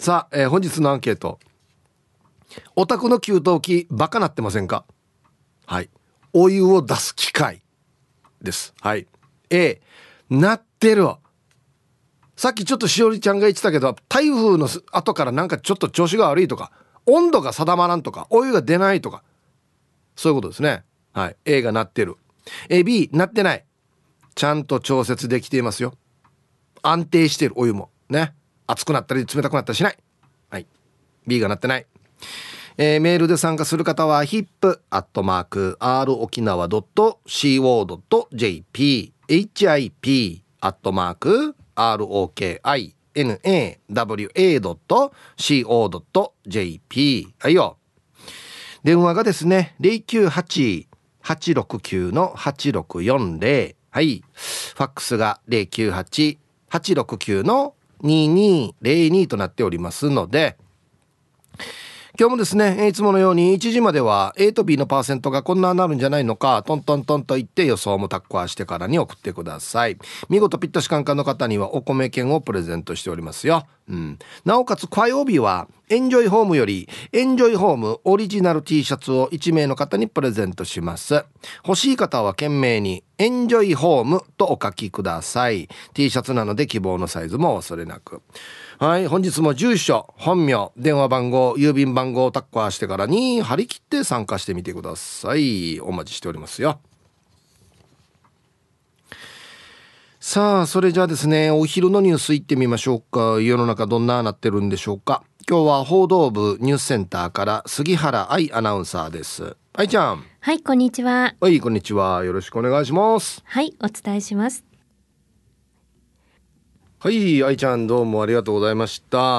さあ、本日のアンケート。お宅の給湯器バカなってませんか？はい、お湯を出す機械です。はい。 A、 なってる。さっきちょっとしおりちゃんが言ってたけど、台風の後からなんかちょっと調子が悪いとか、温度が定まらんとか、お湯が出ないとか、そういうことですね。はい、 A がなってる。 B、 なってない。ちゃんと調節できていますよ。安定してる、お湯もね、熱くなったり冷たくなったりしない。はい、 B がなってない。メールで参加する方は hip@rokinawa.co.jp hip@rokinawa.co.jp はいよ。電話がですね 098-869-8640。 はい。ファックスが 098-869-2202 となっておりますので、今日もですね、いつものように1時までは A と B のパーセントがこんななるんじゃないのか、トントントンと言って予想もタッコアしてからに送ってください。見事ピッタシカンカンの方にはお米券をプレゼントしておりますよ。なおかつ火曜日はエンジョイホームよりエンジョイホームオリジナル T シャツを1名の方にプレゼントします。欲しい方は懸命にエンジョイホームとお書きください。 T シャツなので希望のサイズもお忘れなく。はい、本日も住所、本名、電話番号、郵便番号をタッカーしてからに張り切って参加してみてください。お待ちしておりますよ。さあ、それじゃあですね、お昼のニュース行ってみましょうか。世の中どんななってるんでしょうか。今日は報道部ニュースセンターから杉原愛アナウンサーです。愛ちゃん。 はい、こんにちは。 はい、こんにちは。よろしくお願いします。 はい、お伝えします。 はい、愛ちゃんどうもありがとうございました。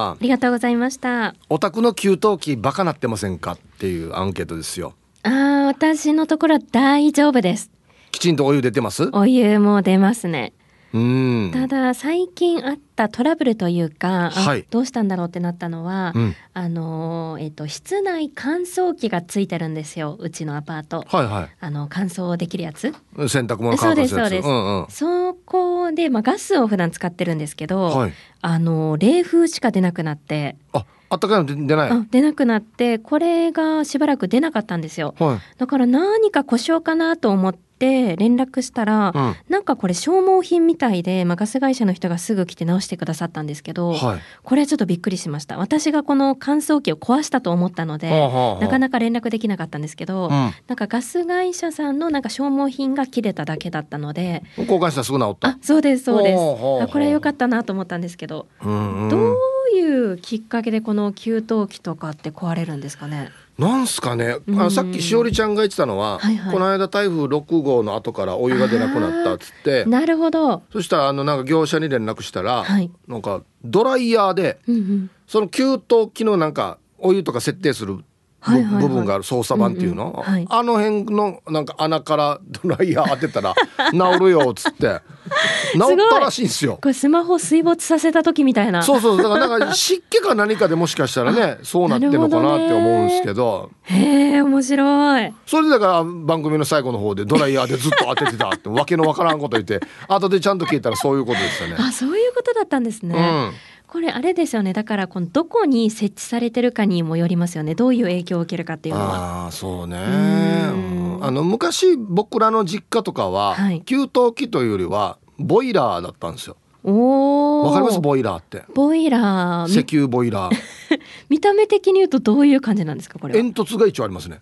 ありがとうございました。 お宅の給湯器バカなってませんかっていうアンケートですよ。 私のところは大丈夫です。 きちんとお湯出てます？ お湯も出ますね。 ただ最近あったトラブルというか、 はい、 どうしたんだろうってなったのは、室内乾燥機がついてるんですよ、うちのアパート。 はいはい。 乾燥できるやつ、 洗濯物乾かすやつ。 そうです、そこで、ガスを普段使ってるんですけど、 はい、 冷風しか出なくなって、 あったかいの出ない。 出なくなって、これがしばらく出なかったんですよ。 はい、 だから何か故障かなと思って連絡したら、なんかこれ消耗品みたいで、ガス会社の人がすぐ来て直してくださったんですけど、これはちょっとびっくりしました。私がこの乾燥機を壊したと思ったので、なかなか連絡できなかったんですけど、なんかガス会社さんのなんか消耗品が切れただけだったので、 交換したらすぐ治った。 そうですそうです。これは良かったなと思ったんですけど、どういうきっかけでこの給湯器とかって壊れるんですかね。 なんすかね。さっきしおりちゃんが言ってたのは、この間台風6号の後からお湯が出なくなったっつって。 なるほど。 そしたらなんか業者に連絡したら、なんかドライヤーで、その給湯器のなんかお湯とか設定する部分がある操作盤っていうの、あの辺のなんか穴からドライヤー当てたら治るよっつって治ったらしいんですよ。 これスマホ水没させた時みたいな。 そうだからなんか湿気か何かでもしかしたらねそうなってるのかなって思うんですけど。 へえ、面白い。 それでだから番組の最後の方でドライヤーでずっと当ててたってわけのわからんこと言って後でちゃんと聞いたらそういうことでしたね。 そういうことだったんですね。これあれですよね。だからこのどこに設置されてるかにもよりますよね。どういう影響を受けるかっていうのは。 そうね。昔僕らの実家とかは、給湯器というよりはボイラーだったんですよ。わかります？ボイラーって。 ボイラー。 石油ボイラー。 見た目的に言うとどういう感じなんですかこれは。 煙突が一応ありますね。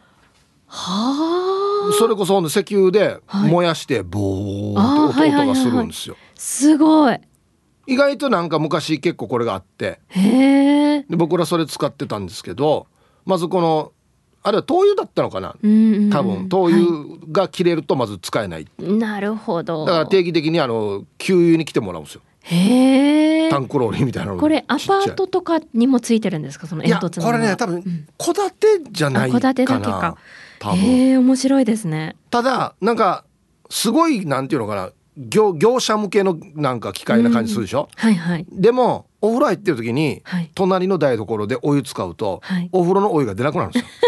それこそ石油で燃やしてボーって音がするんですよ。 すごい。 意外となんか昔結構これがあって、で僕らそれ使ってたんですけど、まずこのあれは灯油だったのかな、多分灯油が切れるとまず使えない。 なるほど。 だから定期的に給油に来てもらうんですよ。タンクローリーみたいなの。 これアパートとかにもついてるんですか、その煙突の。 いやこれね多分戸建てじゃないかな。 戸建てだけか。多分面白いですね。 ただなんかすごいなんていうのかな、業者向けのなんか機械な感じするでしょ。でもお風呂入ってる時に、隣の台所でお湯使うと、お風呂のお湯が出なくなるんですよ。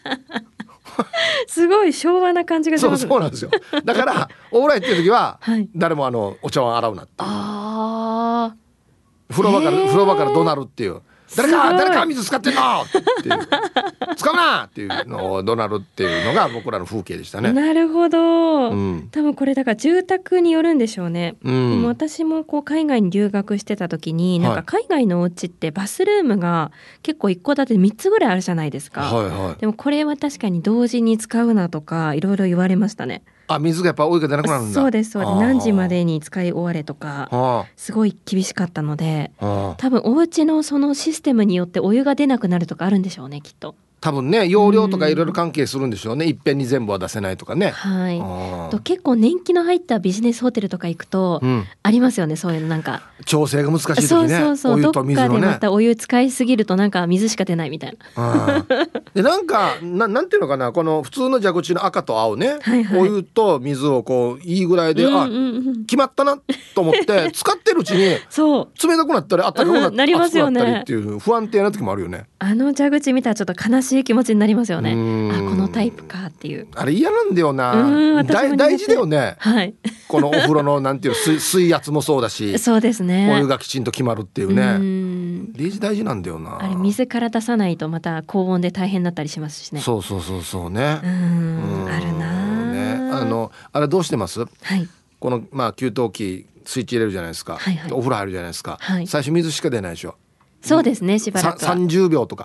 すごい昭和な感じがします。 そうなんですよ。だからお風呂入ってる時は、誰もお茶碗洗うなっていう。風呂場から怒鳴るっていう。 誰か水使ってんのっていう使うなっていうのを怒鳴るっていうのが僕らの風景でしたね。 なるほど、多分これだから住宅によるんでしょうね、でも私もこう海外に留学してた時になんか海外のお家ってバスルームが結構一戸建て3つぐらいあるじゃないですか、でもこれは確かに同時に使うなとかいろいろ言われましたね。 水がやっぱお湯が出なくなるんだ。 そうです何時までに使い終われとかすごい厳しかったので、多分お家のそのシステムによってお湯が出なくなるとかあるんでしょうねきっと。 多分ね容量とかいろいろ関係するんでしょうね、いっぺんに全部は出せないとかね。 と結構年季の入ったビジネスホテルとか行くと、ありますよねそういうのなんか調整が難しい時ね。お湯と水のねどっかでまたお湯使いすぎるとなんか水しか出ないみたいなでなんかなんていうのかなこの普通の蛇口の赤と青ね、お湯と水をこういいぐらいで、決まったなと思って使ってるうちに冷たくなったりあったかくなったり、熱くなったりっていう不安定な時もあるよね。 蛇口見たらちょっと悲しい気持ちになりますよね。このタイプかっていう。 あれ嫌なんだよな。大事だよね、このお風呂のなんていう水圧もそうだしそうですね、 お湯がきちんと決まるっていうね、大事なんだよな。 あれ水から出さないとまた高温で大変だったりしますしね。 そうね。あるな、 ね、あれどうしてます、この給湯器スイッチ入れるじゃないですか、お風呂入るじゃないですか、最初水しか出ないでしょ。 そうですねしばらくは 30秒とか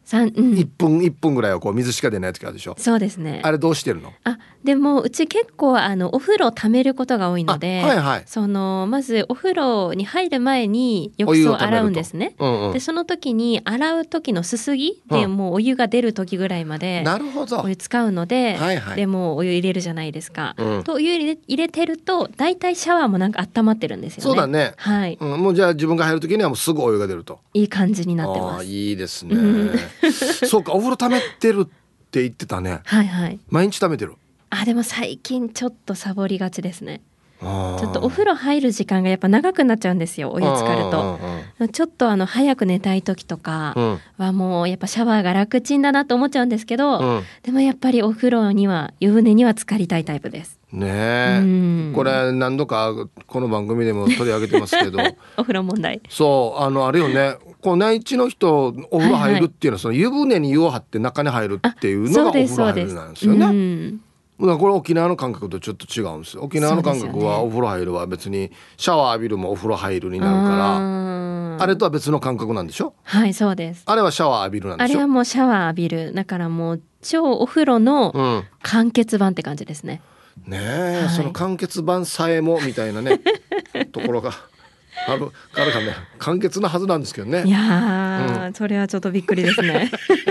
1分ぐらいはこう水しか出ない時あるでしょ。 そうですね。 あれどうしてるの？ でもうち結構お風呂溜めることが多いので、まずお風呂に入る前に浴槽を洗うんですね。でその時に洗う時のすすぎでもうお湯が出る時ぐらいまでお湯使うので、でもうお湯入れるじゃないですか、とお湯入れてるとだいたいシャワーもなんか温まってるんですよね。 そうだね、もうじゃあ自分が入る時にはもうすぐお湯が出るといい感じになってます。 いいですねそうかお風呂溜めてるって言ってたね。毎日溜めてる。 でも最近ちょっとサボりがちですね。ちょっとお風呂入る時間がやっぱ長くなっちゃうんですよお湯浸かると。ちょっと早く寝たい時とかはもうやっぱシャワーが楽ちんだなと思っちゃうんですけど、でもやっぱりお風呂には湯船には浸かりたいタイプですね。これ何度かこの番組でも取り上げてますけどお風呂問題あれよね、こう内地の人お風呂入るっていうのはその湯船に湯を張って中に入るっていうのがお風呂入るなんですよね。これ沖縄の感覚とちょっと違うんですよ。沖縄の感覚はお風呂入るは別にシャワー浴びるもお風呂入るになるからあれとは別の感覚なんでしょ。 そうです。 あれはシャワー浴びるなんでしょ。 あれはもうシャワー浴びるだからもう超お風呂の完結版って感じですね。 その完結版さえもみたいなねところがあるかね。完結なはずなんですけどね。 いやそれはちょっとびっくりですね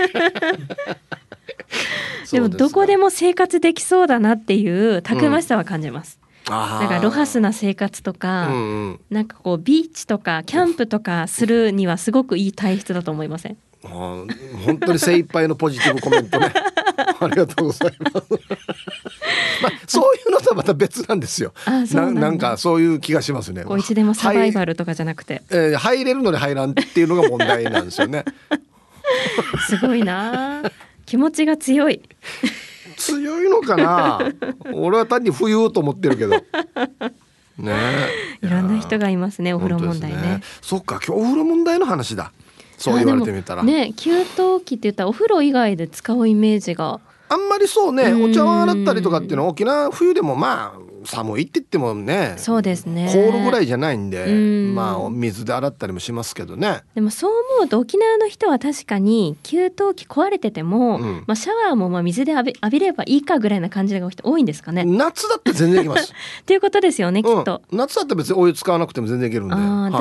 でもどこでも生活できそうだなっていうたくましさは感じます、だからロハスな生活とか、なんかこうビーチとかキャンプとかするにはすごくいい体質だと思いません？ 本当に精一杯のポジティブコメントねありがとうございますそういうのとはまた別なんですよ。なんかそういう気がしますね。 いつでもサバイバルとかじゃなくて、 入れるのに入らんっていうのが問題なんですよねすごいな気持ちが強い強いのかな俺は単に冬と思ってるけどね。 いろんな人がいますねお風呂問題 ね。 そっか今日お風呂問題の話だ。そう言われてみたらね、給湯器って言ったらお風呂以外で使うイメージがあんまりそうね。お茶碗洗ったりとかっていうのは沖縄冬でも寒いって言ってもね、 そうですね、 凍るぐらいじゃないんで、水で洗ったりもしますけどね。 でもそう思うと沖縄の人は確かに給湯器壊れてても、シャワーも水で浴びればいいかぐらいな感じが多いんですかね。 夏だって全然いけますっていうことですよねきっと、 夏だって別にお湯使わなくても全然いけるんで。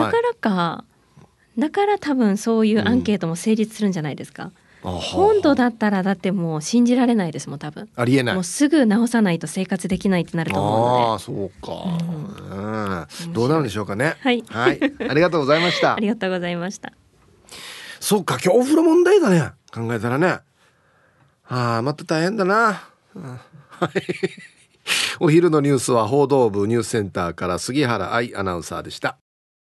だから多分そういうアンケートも成立するんじゃないですか。本土だったらだってもう信じられないですもん多分。 ありえない。 もうすぐ直さないと生活できないってなると思うので。 そうか、どうなるんでしょうかね。 はい、 ありがとうございましたありがとうございました。 そうか今日お風呂問題だね考えたらね。また大変だなお昼のニュースは報道部ニュースセンターから杉原愛アナウンサーでした。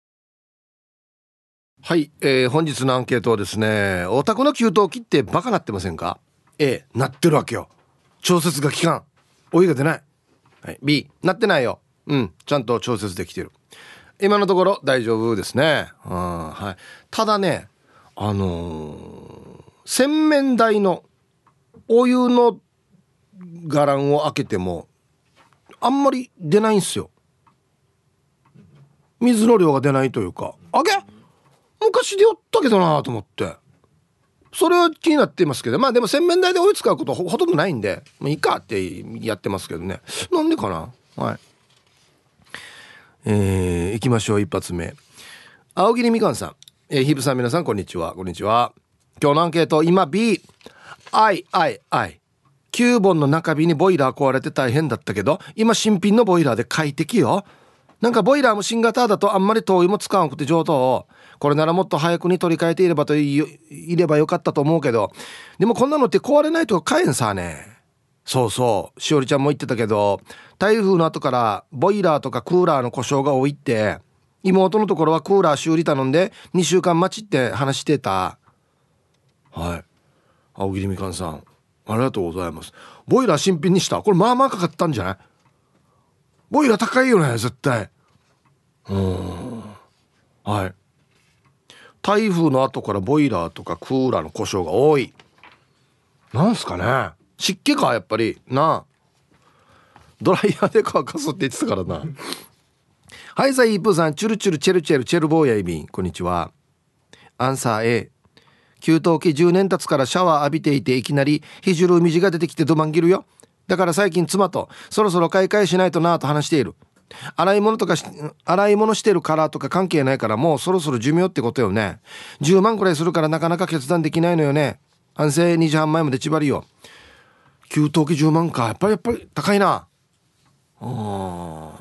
はい、本日のアンケートはですね、お宅の給湯器ってバカなってませんか？ A なってるわけよ、調節が効かん、お湯が出ない、B なってないよ、ちゃんと調節できてる。今のところ大丈夫ですね。ただね洗面台のお湯のガランを開けてもあんまり出ないんですよ。水の量が出ないというか、昔でやったけどなと思って、それは気になっていますけど、まあでも洗面台でお湯使うこと ほとんどないんで、いいかってやってますけどね。なんでかな。はい。行きましょう。一発目、青桐みかんさん、ヒブさん、皆さんこんにちは。こんにちは。今日のアンケート、今 B、 9本の中日にボイラー壊れて大変だったけど、今新品のボイラーで快適よ。なんかボイラーも新型だとあんまり灯油も使わなくて上等。これならもっと早くに取り替えていればよかったと思うけど、でもこんなのって壊れないと買えんさね。そうそう、しおりちゃんも言ってたけど、台風の後からボイラーとかクーラーの故障が多いって、妹のところはクーラー修理頼んで2週間待ちって話してた。はい、青桐みかんさんありがとうございます。ボイラー新品にした。これまあまあかかったんじゃない？ボイラー高いよね絶対。はい。台風の後からボイラーとかクーラーの故障が多い。なんすかね、湿気かやっぱりな。ドライヤーで乾かすって言ってたからな。はい、さあイープーさん、チュルチュルチェルチェルチェルボーヤイビン、こんにちは。アンサー A、 給湯器10年経つからシャワー浴びていていきなりひじゅる水が出てきてどまんぎるよ。だから最近妻とそろそろ買い替えしないとなと話している。洗い物してるからとか関係ないから、もうそろそろ寿命ってことよね。10万くらいするからなかなか決断できないのよね。反省2時半前まで縛りよ。給湯器10万か、やっぱり高いな。はい、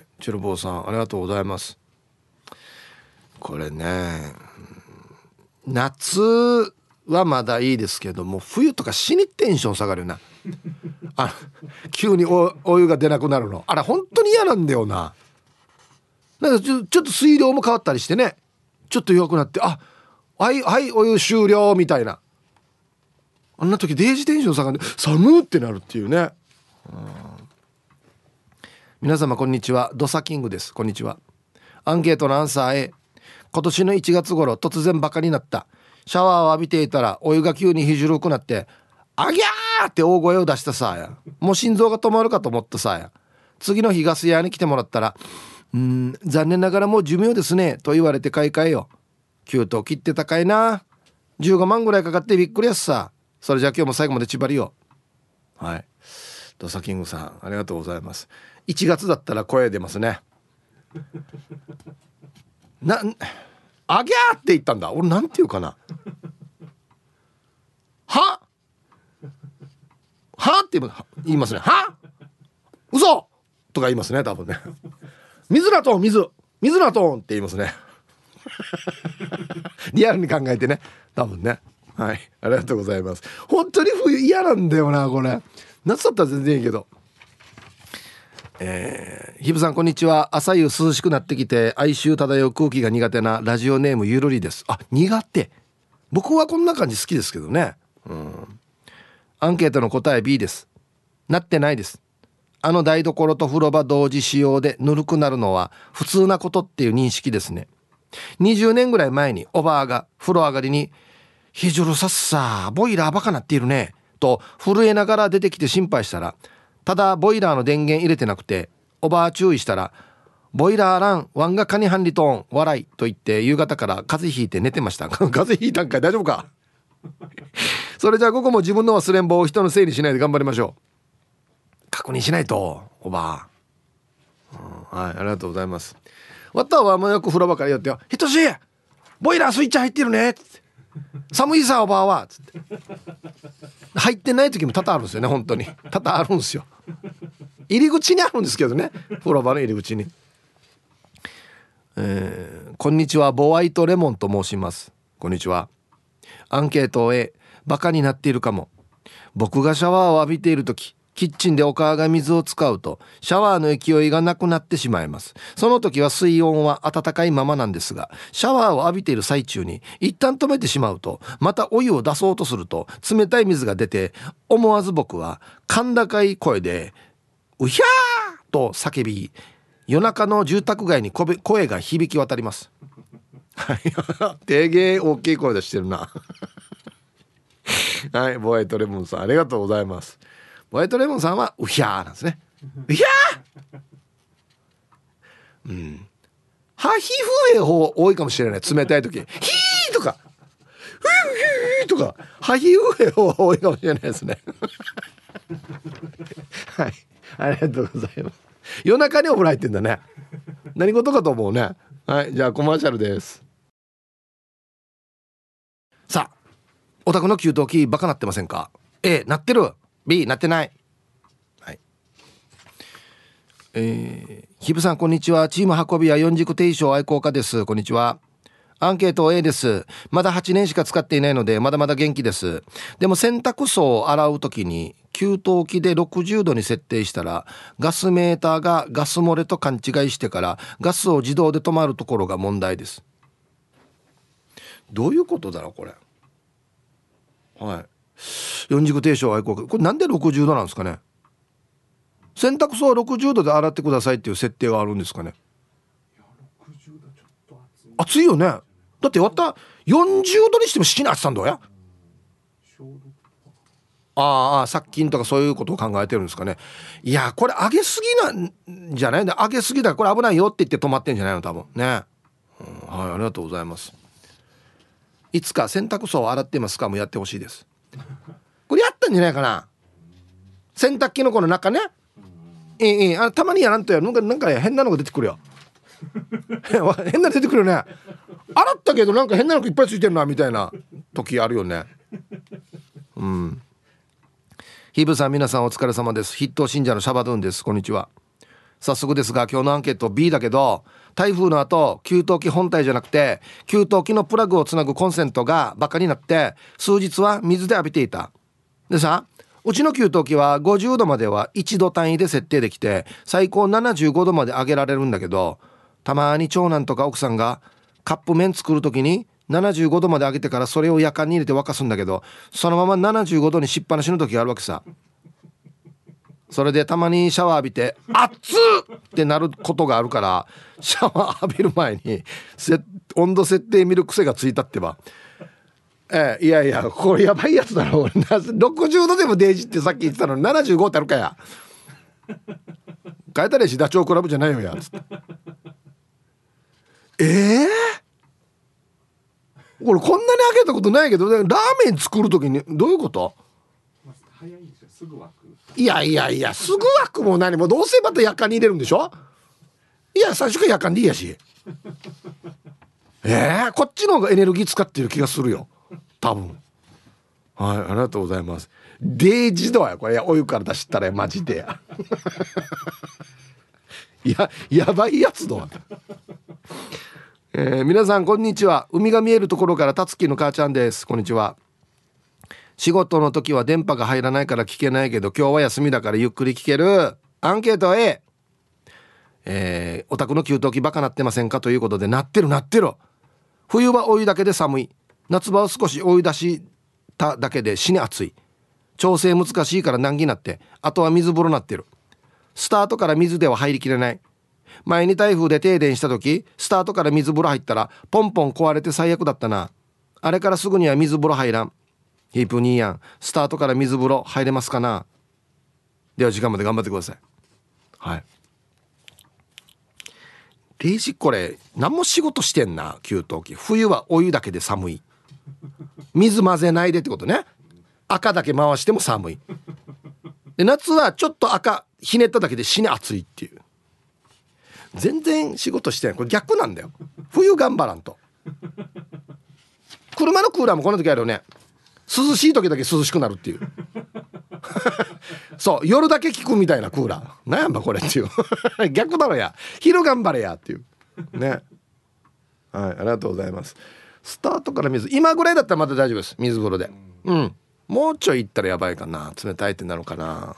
チェルボーさんありがとうございます。これね、夏はまだいいですけども、冬とか死にテンション下がるよな。急に お湯が出なくなるの、あれ本当に嫌なんだよな。なんかちょっと水量も変わったりしてね、ちょっと弱くなって、はいお湯終了みたいな、あんな時デージテンション下がる、寒ってなるっていうね。皆様こんにちは、ドサキングです。こんにちは。アンケートのアンサー A、 今年の1月頃突然バカになった。シャワーを浴びていたらお湯が急にひじゅるくなってあぎゃーって大声を出したさや。もう心臓が止まるかと思ったさや。次の日ガス屋に来てもらったら、残念ながらもう寿命ですねと言われて買い替えよ。給湯器って高いな。15万ぐらいかかってびっくりやすさ。それじゃあ今日も最後まで縛りよ。はい、ドサキングさんありがとうございます。1月だったら声出ますね。あぎゃーって言ったんだ。俺なんて言うかな、はって言いますね。は嘘とか言いますね多分ね。水なとん水なとんって言いますね。リアルに考えてね多分ね。はい、ありがとうございます。本当に冬嫌なんだよなこれ。夏だったら全然いいけど。ひぶさんこんにちは。朝夕涼しくなってきて哀愁漂う空気が苦手なラジオネームゆるりです。苦手。僕はこんな感じ好きですけどね。アンケートの答え B です。なってないです。台所と風呂場同時使用でぬるくなるのは普通なことっていう認識ですね。20年ぐらい前におばあが風呂上がりにひじゅるさっさボイラーバカなっているねと震えながら出てきて心配したら、ただボイラーの電源入れてなくて、おばあ注意したらボイラーランワンがカニハンリトーン笑いと言って夕方から風邪ひいて寝てました。風邪ひいたんかい、大丈夫か。それじゃあ午後も自分の忘れん坊を人のせいにしないで頑張りましょう。確認しないとおばあ、はい、ありがとうございます。わったはもうよく風呂場からやってよ、ひとしボイラースイッチ入ってるねっつって、寒いさおばあはつって入ってない時も多々あるんですよね。本当に多々あるんですよ。入り口にあるんですけどね、風呂場の入り口に。こんにちは、ボワイトレモンと申します。こんにちは。アンケート A、 バカになっているかも。僕がシャワーを浴びている時、キッチンでお母が水を使うとシャワーの勢いがなくなってしまいます。その時は水温は温かいままなんですが、シャワーを浴びている最中に一旦止めてしまうと、またお湯を出そうとすると冷たい水が出て、思わず僕は甲高い声でうひゃーと叫び、夜中の住宅街に声が響き渡ります。 はい定芸大きい声出してるなはい、ボワイトレモンさんありがとうございます。ボワイトレモンさんはウヒャーなんですね。ウヒャーハヒフエ方多いかもしれない。冷たい時ヒーとかフーとかハヒフエ方多いかもしれないですねはいありがとうございます。夜中にお風呂入ってんだね。何事かと思うね。はい、じゃあコマーシャルです。さあ、お宅の給湯器バカなってませんか？ A なってる、 B なってない。はい。ひぶさんこんにちは。チーム運びや四軸定称愛好家です。こんにちは。アンケート A です。まだ8年しか使っていないのでまだまだ元気です。でも洗濯槽を洗うときに給湯器で60度に設定したらガスメーターがガス漏れと勘違いしてからガスを自動で止まるところが問題です。どういうことだろうこれ。はい。四軸定称愛好家、これなんで60度なんですかね。洗濯槽は60度で洗ってくださいっていう設定があるんですかね。暑いよね。だって割った40度にしても七に暑さんどうや。ああ殺菌とかそういうことを考えてるんですかね。いやこれ上げすぎなんじゃないんだ。上げすぎだこれ危ないよって言って止まってんじゃないの多分ね、はい、ありがとうございます。いつか洗濯槽を洗ってますかもやってほしいです。これやったんじゃないかな。洗濯機のこの中ね、たまにやらんとやなんか変なのが出てくるよ変なの出てくるよね。洗ったけどなんか変なのいっぱいついてるなみたいな時あるよね。ヒブさん皆さんお疲れ様です。筆頭信者のシャバドゥンです。こんにちは。早速ですが今日のアンケート B だけど、台風の後給湯器本体じゃなくて給湯器のプラグをつなぐコンセントがバカになって数日は水で浴びていた。でさ、うちの給湯器は50度までは1度単位で設定できて最高75度まで上げられるんだけど、たまに長男とか奥さんがカップ麺作る時に75度まで上げてからそれをやかんに入れて沸かすんだけど、そのまま75度にしっぱなしの時があるわけさ。それでたまにシャワー浴びて熱っってなることがあるから、シャワー浴びる前に温度設定見る癖がついたってば。いやいやこれやばいやつだろ60度でもデージってさっき言ってたのに75ってあるかや。変えたらしダチョウ倶楽部じゃないよやつって。これこんなに開けたことないけど、ラーメン作るときにどういうこと？早いんですよ、すぐ沸く。いやすぐ沸くも何もどうせまたやかんに入れるんでしょ。いや最初からやかんでいいやしこっちの方がエネルギー使ってる気がするよ多分。はい、ありがとうございます。デージドやこれ、お湯から出したらマジでやばいやつだ皆さんこんにちは。海が見えるところからたつきの母ちゃんです。こんにちは。仕事の時は電波が入らないから聞けないけど今日は休みだからゆっくり聞ける。アンケート A、お宅の給湯器バカなってませんかということで、なってる。冬はお湯だけで寒い、夏場は少しお湯出しただけで死に暑い、調整難しいから難儀なって、あとは水風呂なってる。スタートから水では入りきれない。前に台風で停電した時スタートから水風呂入ったらポンポン壊れて最悪だったな。あれからすぐには水風呂入らん。ヒープニーヤンスタートから水風呂入れますかな。では時間まで頑張ってください。はい。0時これ何も仕事してんな。給湯器冬はお湯だけで寒い、水混ぜないでってことね。赤だけ回しても寒いで、夏はちょっと赤ひねっただけで死に暑いっていう、全然仕事してない。これ逆なんだよ。冬頑張らんと。車のクーラーもこの時あるよね。涼しい時だけ涼しくなるっていうそう夜だけ効くみたいなクーラーなんやんばこれっていう逆だろや、昼頑張れやっていうね。はい、ありがとうございます。スタートから水今ぐらいだったらまだ大丈夫です。水風呂でもうちょい行ったらやばいかな。冷たいってなるかな、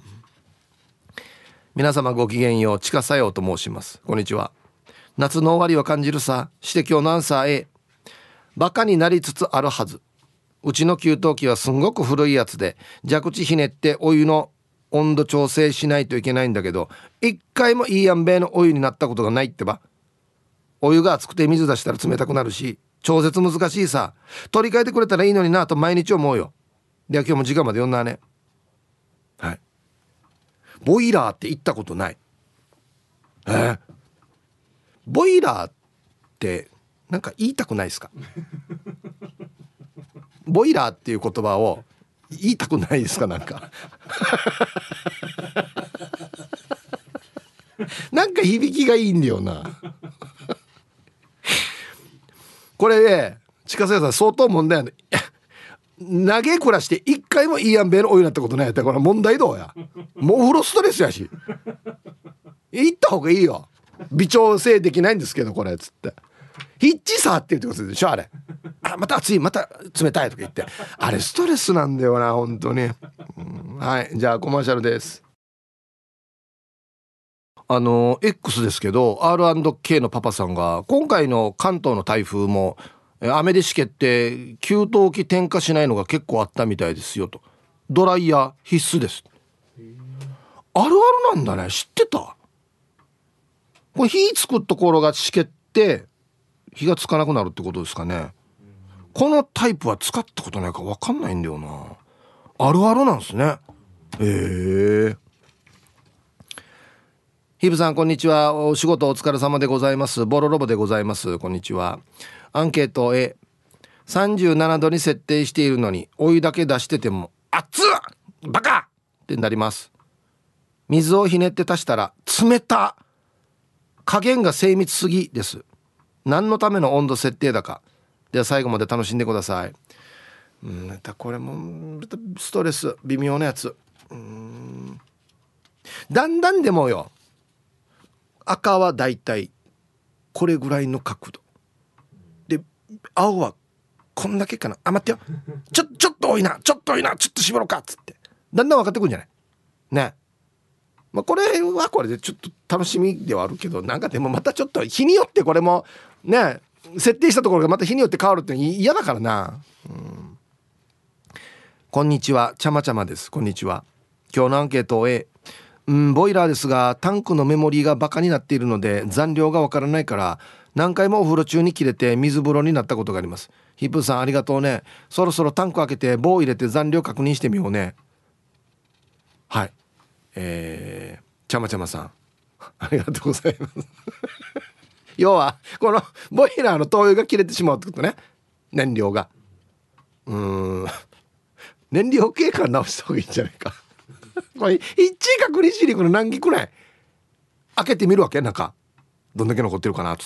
皆様ごきげんよう。ちかさようと申します。こんにちは。夏の終わりを感じるさ。して今日のアンサー A、 バカになりつつあるはず。うちの給湯器はすんごく古いやつで蛇口ひねってお湯の温度調整しないといけないんだけど、一回もいいやんべいのお湯になったことがないってば。 お湯が熱くて水出したら冷たくなるし、調節難しいさ。取り替えてくれたらいいのになと毎日思うよ。では今日も時間まで読んだね。はい。ボイラーって行ったことない。ボイラーってなんか言いたくないですか？ボイラーっていう言葉を言いたくないですか？なんかなんか響きがいいんだよなこれね、近瀬さん相当問題やね。投げ暮らして一回もいいやんべのお湯になったことないやったらこれ問題どうや。もうお風呂ストレスやし行った方がいいよ。微調整できないんですけどこれつってヒッチさって言ってことでしょあれ。あ、また熱いまた冷たいとか言ってあれストレスなんだよな本当に、はい。じゃあコマーシャルです。X ですけど R&K のパパさんが今回の関東の台風も雨でしけって給湯器点火しないのが結構あったみたいですよと。ドライヤー必須です。あるあるなんだね。知ってた？これ火つくところがしけって火がつかなくなるってことですかね。このタイプは使ったことないから分かんないんだよな。あるあるなんですね。ヒブさんこんにちは。お仕事お疲れ様でございます。ボロロボでございます。こんにちは。アンケート A、 37度に設定しているのにお湯だけ出してても熱っバカってなります。水をひねって足したら冷た、加減が精密すぎです。何のための温度設定だか。では最後まで楽しんでください。またこれもストレス微妙なやつ。だんだんでもよ、赤はだいたいこれぐらいの角度で、青はこんだけかな。あ、待ってよ、ちょっと多いな、ちょっと絞ろうかっつってだんだん分かってくるんじゃないね。これはこれでちょっと楽しみではあるけど、なんかでもまたちょっと日によってこれもね、設定したところがまた日によって変わるって嫌だからな。こんにちは、ちゃまちゃまです。こんにちは。今日のアンケートを A、ボイラーですがタンクのメモリーがバカになっているので残量がわからないから何回もお風呂中に切れて水風呂になったことがあります。ヒップさんありがとうね。そろそろタンク開けて棒入れて残量確認してみようね。はい、ちゃまちゃまさんありがとうございます要はこのボイラーの灯油が切れてしまうってことね。燃料が燃料系から直した方がいいんじゃないかこれ一位確認しに行くの難儀くらい。開けてみるわけ、中どんだけ残ってるかなっつって、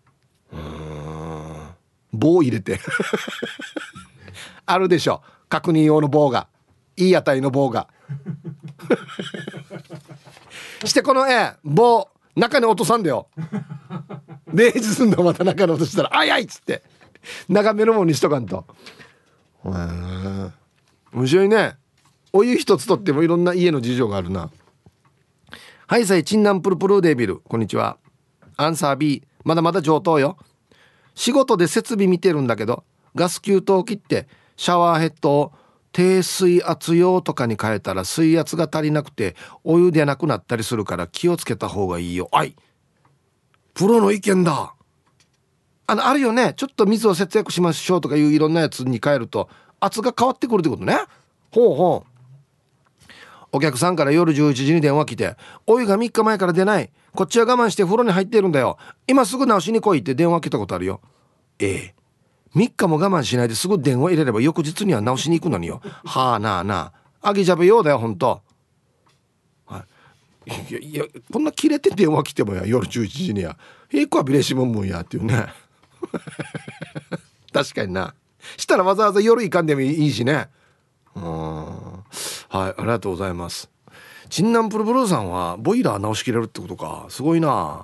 棒入れてあるでしょ、確認用の棒が、いい値の棒がしてこの棒中に落とさんだよレージすんだ、また中に落としたらあやいっつって長めのものにしとかんと。面白いね。お湯一つとってもいろんな家の事情があるな。はいさい、チンナンプルプルデービル、こんにちは。アンサー B、 まだまだ上等よ。仕事で設備見てるんだけどガス給湯器ってシャワーヘッドを低水圧用とかに変えたら水圧が足りなくてお湯でなくなったりするから気をつけた方がいいよ。プロの意見だ。あるよね、ちょっと水を節約しましょうとかいういろんなやつに変えると圧が変わってくるってことね。ほう。お客さんから夜11時に電話来て、お湯が3日前から出ない、こっちは我慢して風呂に入ってるんだよ、今すぐ直しに来いって電話来たことあるよ。3日も我慢しないですぐ電話入れれば翌日には直しに行くのによ。はあ、なああげじゃべようだよほんと。いやこんな切れて電話来てもや夜11時にや平行はビレシモンもんやっていうね確かにな。したらわざわざ夜行かんでもいいしね。はい、ありがとうございます。チンナンプルブルーさんはボイラー直しきれるってことか、すごいな。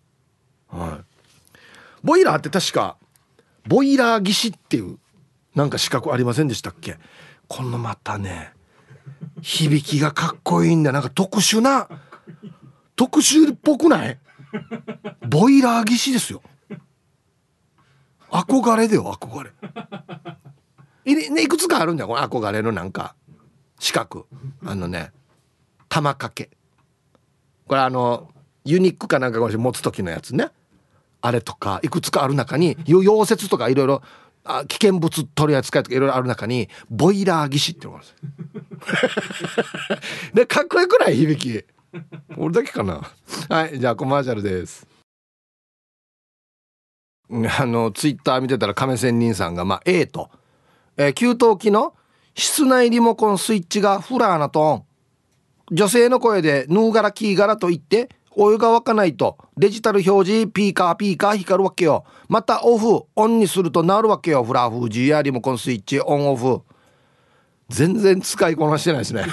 ボイラーって確かボイラー技師っていうなんか資格ありませんでしたっけ。このまたね響きがかっこいいんだ。なんか特殊っぽくない？ボイラー技師ですよ。憧れだよ、憧れいくつかあるんだよ、この憧れのなんか資格。玉掛け、これユニックかなんか持つ時のやつね。 あれとかいくつかある中に溶接とかいろいろ危険物取り扱いとかいろいろある中にボイラー技師っていうのがあるんですでかっこよくない響き俺だけかな。はい、じゃあコマーシャルです。ツイッター見てたら亀仙人さんがA と、給湯器の室内リモコンスイッチがフラーなトーン、女性の声でヌーガラキーガラと言ってお湯が沸かないとデジタル表示ピーカーピーカー光るわけよ。またオフオンにするとなるわけよ。フラーフジやリモコンスイッチオンオフ全然使いこなしてないですね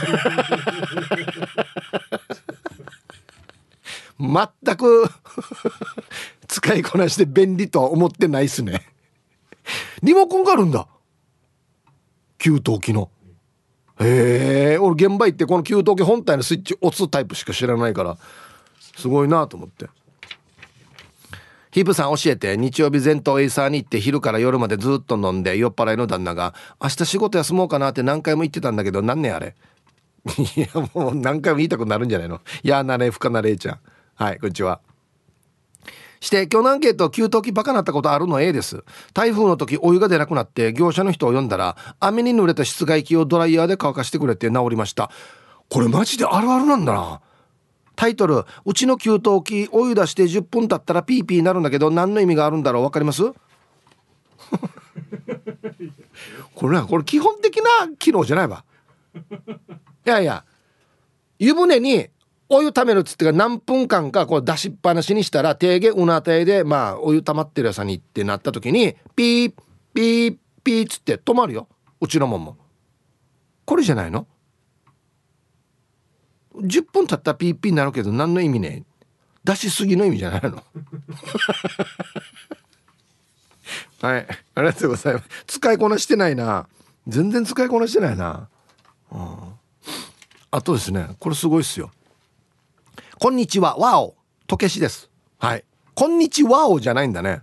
全く使いこなして便利とは思ってないですね。リモコンがあるんだ給湯器の。へえ、俺現場行ってこの給湯器本体のスイッチ押すタイプしか知らないからすごいなと思って。ヒープさん教えて。日曜日前頭エイサーに行って昼から夜までずっと飲んで酔っ払いの旦那が明日仕事休もうかなって何回も言ってたんだけどなんねあれいやもう何回も言いたくなるんじゃないの。いやなれふかなれいちゃん、はいこんにちは。して今日のアンケート給湯器バカなったことあるの A です。台風の時お湯が出なくなって業者の人を呼んだら雨に濡れた室外機をドライヤーで乾かしてくれて治りました。これマジであるあるなんだな。タイトル、うちの給湯器お湯出して10分経ったらピーピーになるんだけど何の意味があるんだろう。わかりますこれ基本的な機能じゃないわ。いやいや湯船にお湯ためるっつってか何分間かこう出しっぱなしにしたら低減うなたいでお湯溜まってるやさにってなった時にピーピーピーっつって止まるよ。うちのもんもこれじゃないの。10分経ったらピーピーになるけど何の意味ね。出しすぎの意味じゃないのはいありがとうございます。使いこなしてないな。全然使いこなしてないな、あとですねこれすごいっすよ。こんにちはワオとけしです。はい、こんにちはワオじゃないんだね、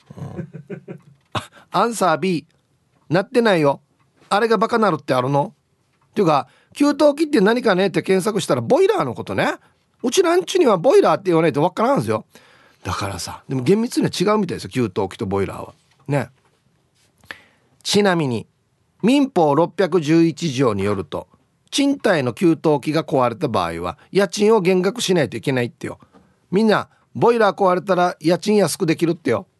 アンサー B なってないよ。あれがバカなるってあるのっていうか給湯器って何かねって検索したらボイラーのことね。うちなんちにはボイラーって言わないとわからんですよ。だからさでも厳密には違うみたいですよ給湯器とボイラーはね。ちなみに民法611条によると賃貸の給湯器が壊れた場合は家賃を減額しないといけないってよ。みんなボイラー壊れたら家賃安くできるってよ。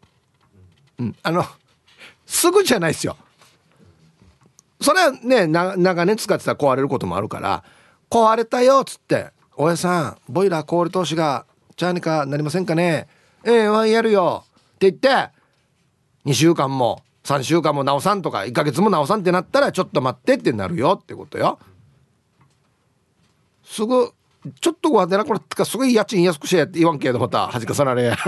すぐじゃないですよ。それはね長年使ってたら壊れることもあるから壊れたよっつっておやさんボイラー壊れ通しがチャーニカなりませんかね。やるよって言って2週間も3週間も直さんとか1ヶ月も直さんってなったらちょっと待ってってなるよってことよ。すぐちょっとごはでなこれってかすごい家賃安くしやって言わんけどまた恥かさなれ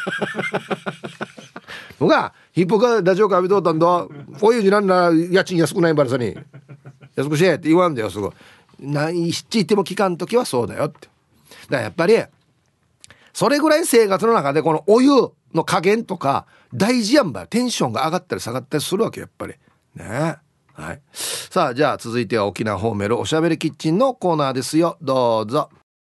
のがヒップがラジオか浴びとったんだこういう字なんな家賃安くないばらさに安くしやって言わんだよ。すごい何しっち言っても聞かんときはそうだよって。だからやっぱりそれぐらい生活の中でこのお湯の加減とか大事やんば。テンションが上がったり下がったりするわけやっぱりね。はい、さあじゃあ続いては沖縄ホーメルおしゃべりキッチンのコーナーですよ。どうぞ。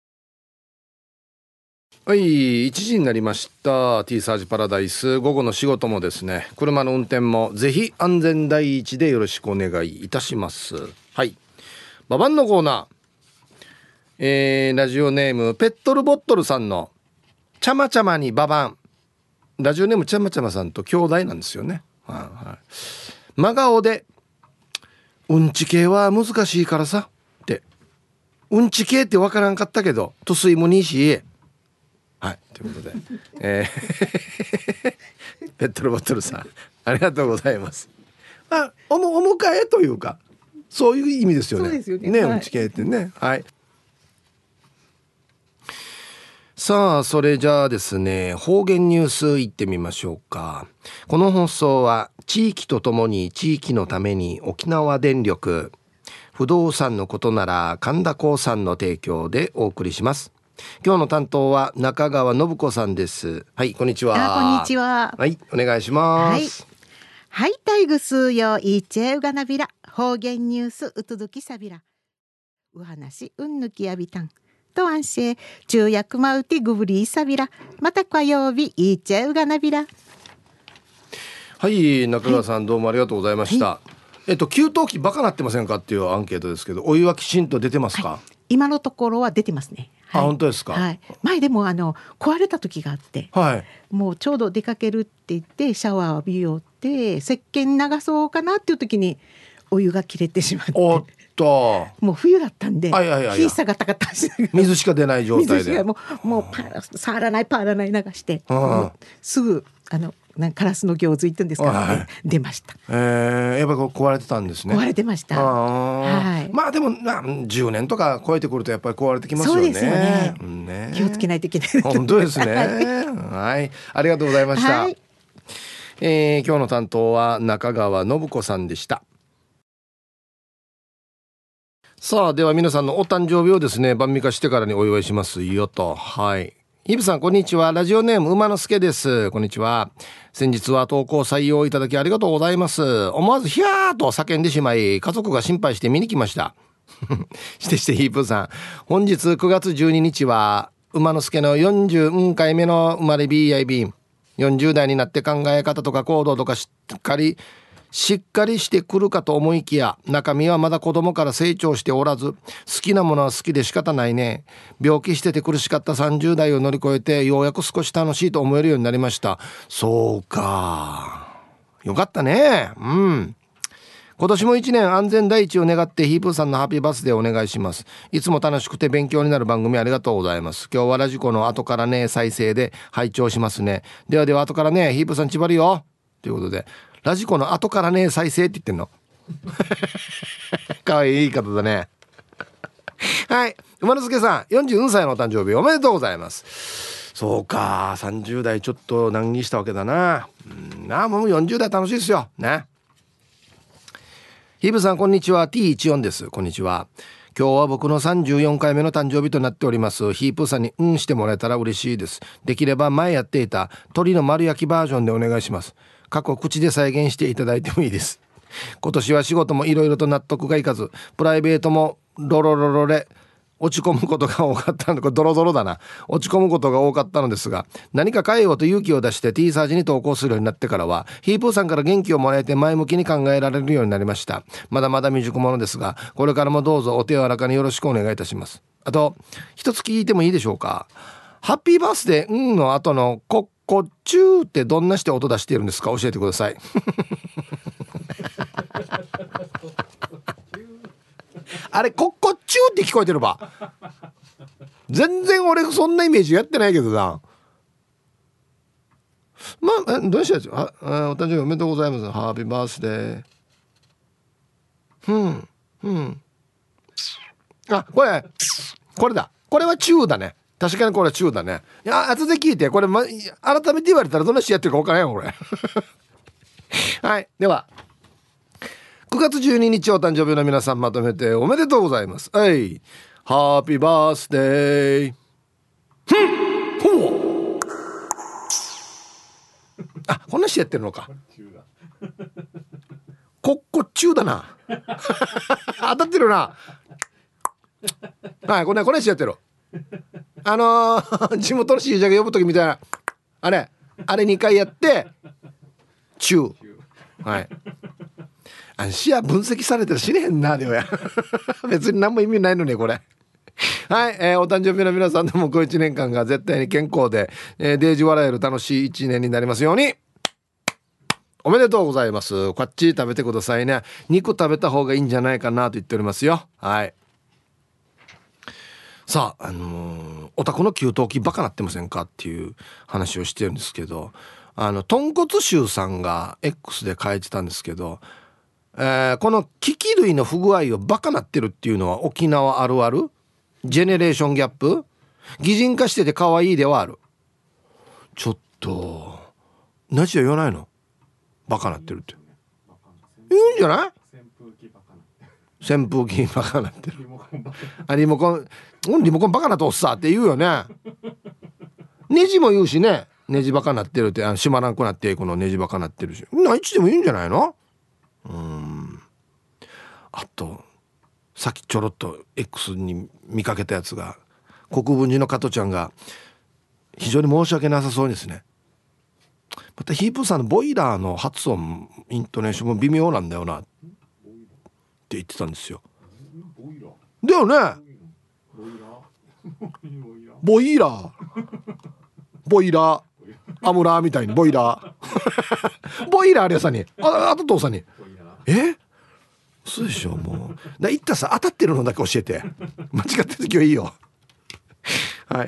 はい1時になりました。 T サージパラダイス午後の仕事もですね車の運転もぜひ安全第一でよろしくお願いいたします。はいババンのコーナー、ラジオネームペットルボットルさんのちゃまちゃまにババン。ラジオネームちゃまちゃまさんと兄弟なんですよね。真顔でうんち系は難しいからさってうんち系ってわからんかったけどとすいもにいしはいということで、ペットルボトルさんありがとうございます。お迎えというかそういう意味ですよね。そうですよね、うんち系ってね。はいさあそれじゃあですね方言ニュースいってみましょうか。この放送は地域とともに地域のために沖縄電力不動産のことなら神田興産の提供でお送りします。今日の担当は中川信子さんです。はいこんにちは。 こんにちは。 はいお願いします。 はい、タイグスよいちえうがなびら方言ニュースうとどきさびらうはなしうんぬきやびたんと安心中薬マウティグブリーサビラまた火曜日いっちゃうがなびら。 はい、中川さん、どうもありがとうございました、 は給湯器バカなってませんかっていうアンケートですけど、お湯はきちんと出てますか？ 今のところは出てますね。 あ、本当ですか？ 前でも壊れた時があって、もうちょうど出かけるって言ってシャワー浴びようって石鹸流そうかなっていう時にお湯が切れてしまって、 おっと、 もう冬だったんで火下がったかった水しか出ない状態でもう触らないパーらない流して、すぐカラスの行水って言うんですからね、出ました。 やっぱり壊れてたんですね。 壊れてました。 まあでも10年とか超えてくるとやっぱり壊れてきますよね。 そうですよね。気をつけないといけない。 本当ですね。はい、ありがとうございました。今日の担当は中川信子さんでした。さあ、では皆さんのお誕生日をですね、晩御飯してからにお祝いしますよと。はい。イブさん、こんにちは。ラジオネーム馬之助です。こんにちは。先日は投稿採用いただきありがとうございます。思わずヒャーと叫んでしまい、家族が心配して見に来ました。してヒープさん、本日9月12日は馬之助の40回目の生まれ BIB。40代になって考え方とか行動とかしっかりしてくるかと思いきや、中身はまだ子供から成長しておらず、好きなものは好きで仕方ないね。病気してて苦しかった30代を乗り越えて、ようやく少し楽しいと思えるようになりました。そうか、よかったね。今年も1年安全第一を願ってヒープーさんのハッピーバースデーお願いします。いつも楽しくて勉強になる番組ありがとうございます。今日はラジコの後からね再生で拝聴しますね。ではでは後からね、ヒープーさんちばるよということで、ラジコの後からね再生って言ってんのかわいい言い方だね。はい、馬之助さん44歳のお誕生日おめでとうございます。そうか、30代ちょっと難儀したわけだな。もう40代楽しいですよね。ヒブさん、こんにちは。 T14 です。こんにちは。今日は僕の34回目の誕生日となっております。ヒープーさんにしてもらえたら嬉しいです。できれば前やっていた鶏の丸焼きバージョンでお願いします。過去口で再現していただいてもいいです。今年は仕事もいろいろと納得がいかず、プライベートもロロロロで落ち込むことが多かったのか、ドロドロだな、落ち込むことが多かったのですが、何か変えようと勇気を出して T サージに投稿するようになってからは、ヒープーさんから元気をもらえて前向きに考えられるようになりました。まだまだ未熟者ですが、これからもどうぞお手柔らかによろしくお願いいたします。あと一つ聞いてもいいでしょうか。ハッピーバースデーの後のコッコチューってどんなして音出しているんですか、教えてください。あれコッコチューって聞こえてるば。全然俺そんなイメージやってないけどな。どうしたんですか。お誕生日おめでとうございます。ハッピーバースデー。これだ。これはチューだね。確かにこれはチューだね。いや、後で聞いてこれ、改めて言われたらどんな詩やってるか分からんよこれ。はい、では9月12日お誕生日の皆さんまとめておめでとうございます。はい、ハッピーバースデー。こんな詩やってるのか。コッコチューだな。当たってるな。はい、これ詩やってる。地元のシージャが呼ぶときみたいなあれ2回やってチュー。はい、視野分析されてる知れへんな。でもや別に何も意味ないのにこれ。はい、お誕生日の皆さんでもこう1年間が絶対に健康で、デージ笑える楽しい1年になりますように。おめでとうございます。こっち食べてくださいね。肉食べた方がいいんじゃないかなと言っておりますよ。はい。さあ、お宅の給湯器バカなってませんかっていう話をしてるんですけど、豚骨臭さんが X で書いてたんですけど、このキキ類の不具合をバカなってるっていうのは沖縄あるある、ジェネレーションギャップ、擬人化してて可愛いではある。ちょっとナチは言わないの、バカなってるって言うんじゃない。扇風機バカなってる。リモコンバカなとおっさって言うよね。ネジも言うしね。ネジバカなってるって、閉まらんくなってこのネジバカなってるし、何ちでも言うんじゃないの。あとさっきちょろっと X に見かけたやつが、 国分寺の加トちゃんが非常に申し訳なさそうですね。またヒープーさんのボイラーの発音イントネーションも微妙なんだよなって言ってたんですよ。だよね。ボイラーボイラーアムラーみたいにボイラーボイラーあれやさにあと父さんにそうでしょ。もう言ったさ、当たってるのだけ教えて、間違ってる時はいいよはい。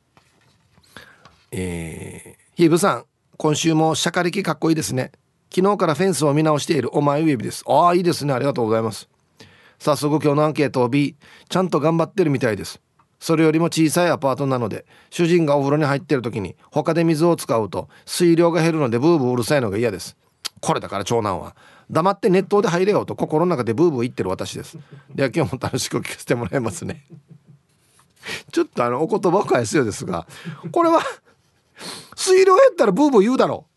ヒーブさん、今週もシャカリキかっこいいですね。昨日からフェンスを見直しているお前ウェビです。ああ、いいですね、ありがとうございます。早速今日のアンケートを B、 ちゃんと頑張ってるみたいです。それよりも小さいアパートなので、主人がお風呂に入ってる時に他で水を使うと水量が減るのでブーブーうるさいのが嫌です。これだから長男は黙って熱湯で入れようと心の中でブーブー言ってる私です。では今日も楽しく聞かせてもらいますねちょっとお言葉を返すようですが、これは水量減ったらブーブー言うだろ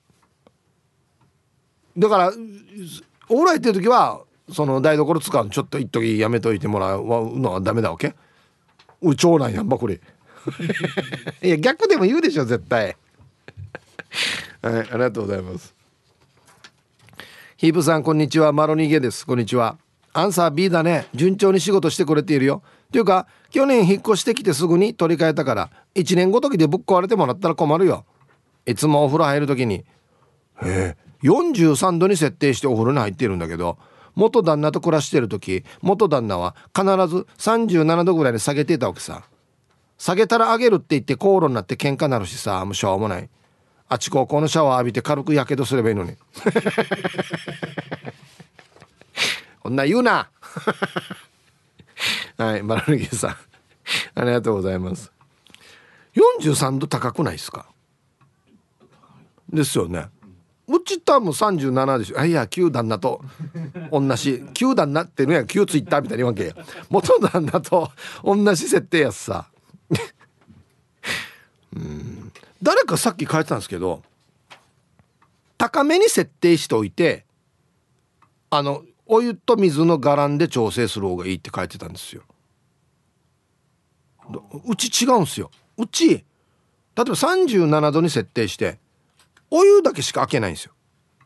う。だからお風呂入ってる時はその台所使うのちょっと一時やめといてもらうのはダメだわけ。長男やんばこれいや逆でも言うでしょ絶対はい、ありがとうございます。ヒープさんこんにちは、マロニゲです。こんにちは。アンサー B だね。順調に仕事してくれているよ。というか去年引っ越してきてすぐに取り替えたから1年ごときでぶっ壊れてもらったら困るよ。いつもお風呂入るときに43度に設定してお風呂に入っているんだけど、元旦那と暮らしているとき元旦那は必ず37度ぐらいに下げていたわけさ。下げたら上げるって言って口論になって喧嘩になるしさ、もうしょうもない。あちここのシャワー浴びて軽くやけどすればいいのにこんな言うなはい、マラルギさんありがとうございます。43度高くないですか。ですよね。うち多分37でしょ。いや旧旦那と同じ旧旦那ってのや旧ツイッターみたいに言わんけや。元旦那と同じ設定やつさ誰かさっき書いてたんですけど、高めに設定しておいてお湯と水の伽藍で調整する方がいいって書いてたんですよ。うち違うんですよ。うち例えば37度に設定してお湯だけしか開けないんですよ。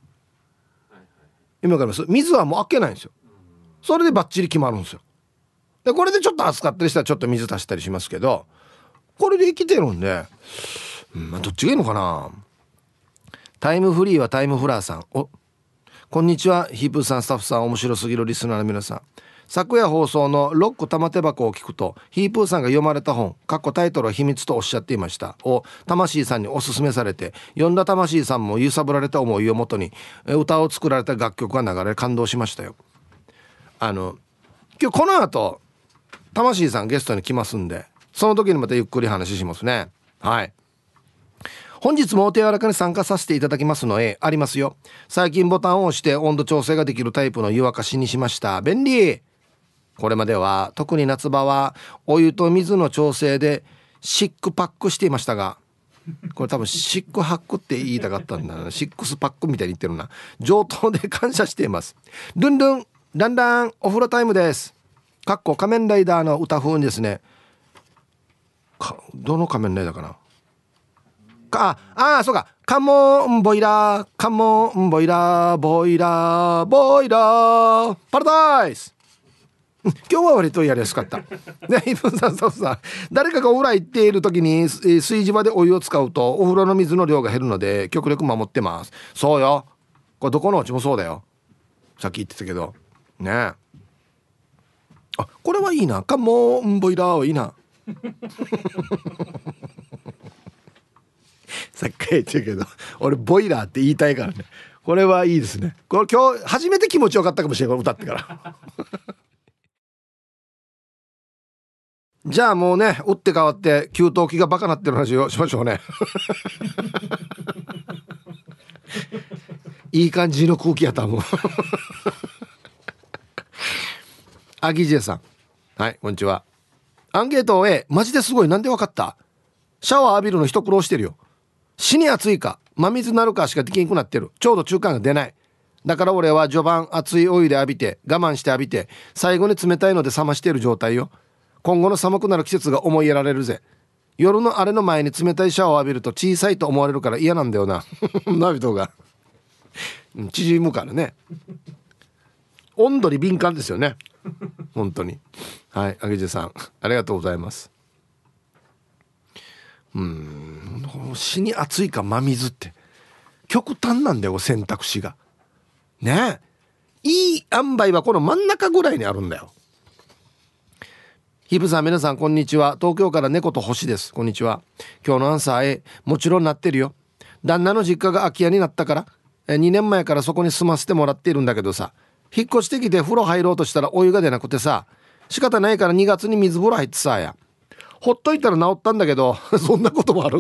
今から水はもう開けないんですよ。それでバッチリ決まるんですよ。でこれでちょっと熱かったりしたらちょっと水足したりしますけど、これで生きてるんで、どっちがいいのかな。タイムフリーはタイムフラーさん、こんにちは。ヒープさん、スタッフさん、面白すぎるリスナーの皆さん、昨夜放送のロック玉手箱を聞くとヒープーさんが読まれた本タイトルは秘密とおっしゃっていましたを魂さんにおすすめされて、読んだ魂さんも揺さぶられた思いをもとに歌を作られた楽曲が流れ感動しましたよ。今日この後魂さんゲストに来ますんで、その時にまたゆっくり話しますね。はい、本日もお手柔らかに参加させていただきますのでありますよ。最近ボタンを押して温度調整ができるタイプの湯沸かしにしました。便利。これまでは特に夏場はお湯と水の調整でシックパックしていましたが、これ多分シックハックって言いたかったんだな。シックスパックみたいに言ってるな。上等で感謝しています。ルンルンランランお風呂タイムです。仮面ライダーの歌風にですね、どの仮面ライダーかな。そうか、カモンボイラーカモンボイラーボイラーボイラーパラダイス今日は割とやりやすかったね。イブンさん、そうさ、誰かがお風呂行っている時に炊事場でお湯を使うとお風呂の水の量が減るので極力守ってます。そうよ、これどこのうちもそうだよ。さっき言ってたけどね。これはいいな。カモンボイラーはいいなさっき言ってるけど俺ボイラーって言いたいからね。これはいいですね。これ今日初めて気持ちよかったかもしれない、歌ってからじゃあもうね、打って変わって給湯器がバカなってる話をしましょうねいい感じの空気やったもんアギジェさん、はい、こんにちは。アンケート A、 マジですごい。なんでわかった？シャワー浴びるの一苦労してるよ。死に暑いか真水なるかしかできんくなってる。ちょうど中間が出ない。だから俺は序盤熱いお湯で浴びて我慢して浴びて最後に冷たいので冷ましている状態よ。 今後の寒くなる季節が思いやられるぜ。夜のあれの前に冷たいシャワーを浴びると小さいと思われるから嫌なんだよなナビトが縮むからね。温度に敏感ですよね本当に。はい、あげじさんありがとうございます。死に暑いか真水って極端なんだよ選択肢がね。いい塩梅はこの真ん中ぐらいにあるんだよ。ヒブさん、皆さんこんにちは。東京から猫と星です。こんにちは。今日のアンサー A、 もちろんなってるよ。旦那の実家が空き家になったから2年前からそこに住ませてもらっているんだけどさ、引っ越してきて風呂入ろうとしたらお湯が出なくてさ、仕方ないから2月に水風呂入ってさや、ほっといたら治ったんだけどそんなこともある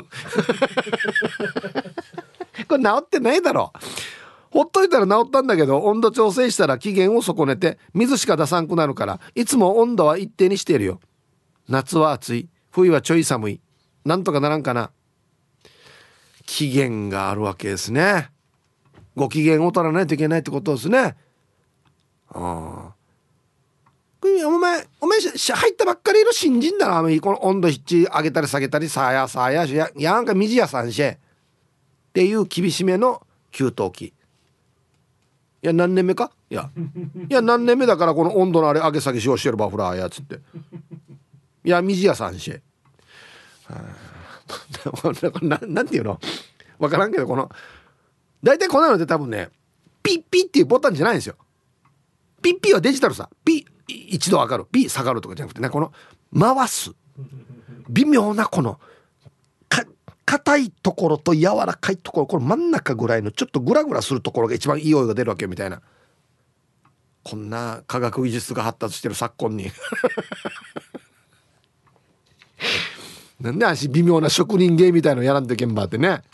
これ治ってないだろ。ほっといたら治ったんだけど温度調整したら機嫌を損ねて水しか出さんくなるから、いつも温度は一定にしているよ。夏は暑い、冬はちょい寒い、なんとかならんかな。機嫌があるわけですね。ご機嫌を取らないといけないってことですね。ああ、お前入ったばっかりの新人だな。この温度上げたり下げたりさあやしやなんか水屋さんしっていう厳しめの給湯器。いや何年目か、いや何年目だからこの温度のあれ上げ下げしようしてるバフラーやつって、いや水屋さんしなんていうのわからんけど、この大体こんなので多分ねピッピッっていうボタンじゃないんですよ。ピッピはデジタルさ、ピ一度上がる、ピ下がるとかじゃなくてね、この回す微妙なこの硬いところと柔らかいところ、この真ん中ぐらいのちょっとグラグラするところが一番いいお湯が出るわけみたいな、こんな科学技術が発達してる昨今になんで足微妙な職人芸みたいのやらんといけんばってね。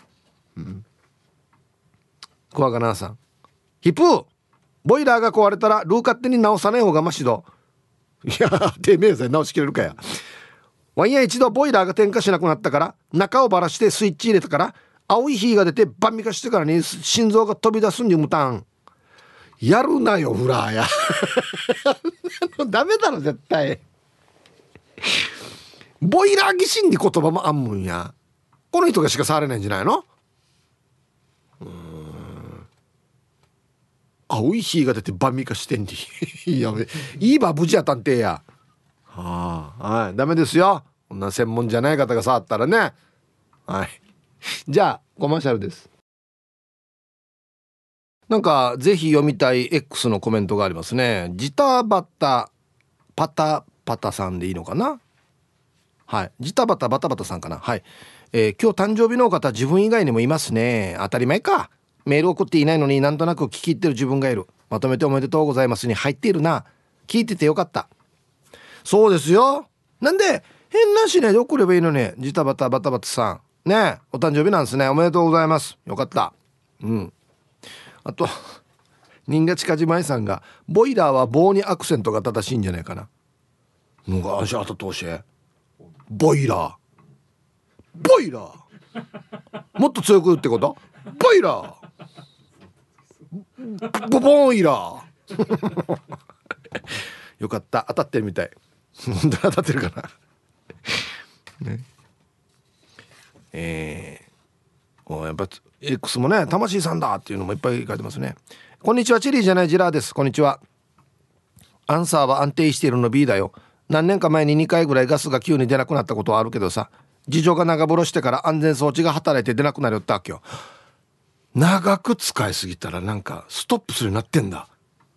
小若菜さん、ヒプーボイラーが壊れたらルー勝手に直さない方がマシど。いやてめえぜ直しきれるかや。ワイヤー一度ボイラーが点火しなくなったから中をばらしてスイッチ入れたから青い火が出てバンミカしてからに心臓が飛び出すんに無タやるなよフラーやダメだろ絶対。ボイラー疑心に言葉もあんもんや。この人がしか触れないんじゃないの。青い火が出てバンミカしてんにやべいいば無事やたんてや。はい、ダメですよ。こんな専門じゃない方が触ったらね。はい。じゃあコマーシャルです。なんかぜひ読みたい X のコメントがありますね。ジタバタパタパタさんでいいのかな。はい、ジタバタバタバタさんかな。はい、今日誕生日の方自分以外にもいますね。当たり前か。メール送っていないのになんとなく聞き入ってる自分がいる。まとめておめでとうございますに入っているな。聞いててよかった。そうですよ。なんで変なしないで送ればいいのに。ジタバタバタバタさんね、お誕生日なんですね。おめでとうございます。よかった。あと新賀近島愛さんがボイラーは棒にアクセントが正しいんじゃないかな。のが足後通しボイラーもっと強く言うってこと。ボイラーボイラーよかった。当たってるみたい。本当に当たってるかなね。やっぱ X もね魂さんだっていうのもいっぱい書いてますね。こんにちは、チリじゃないジラーです。こんにちは。アンサーは安定しているの B だよ。何年か前に2回ぐらいガスが急に出なくなったことはあるけどさ、事情が長風呂してから安全装置が働いて出なくなるよってわけよ。長く使いすぎたらなんかストップするようになってんだ。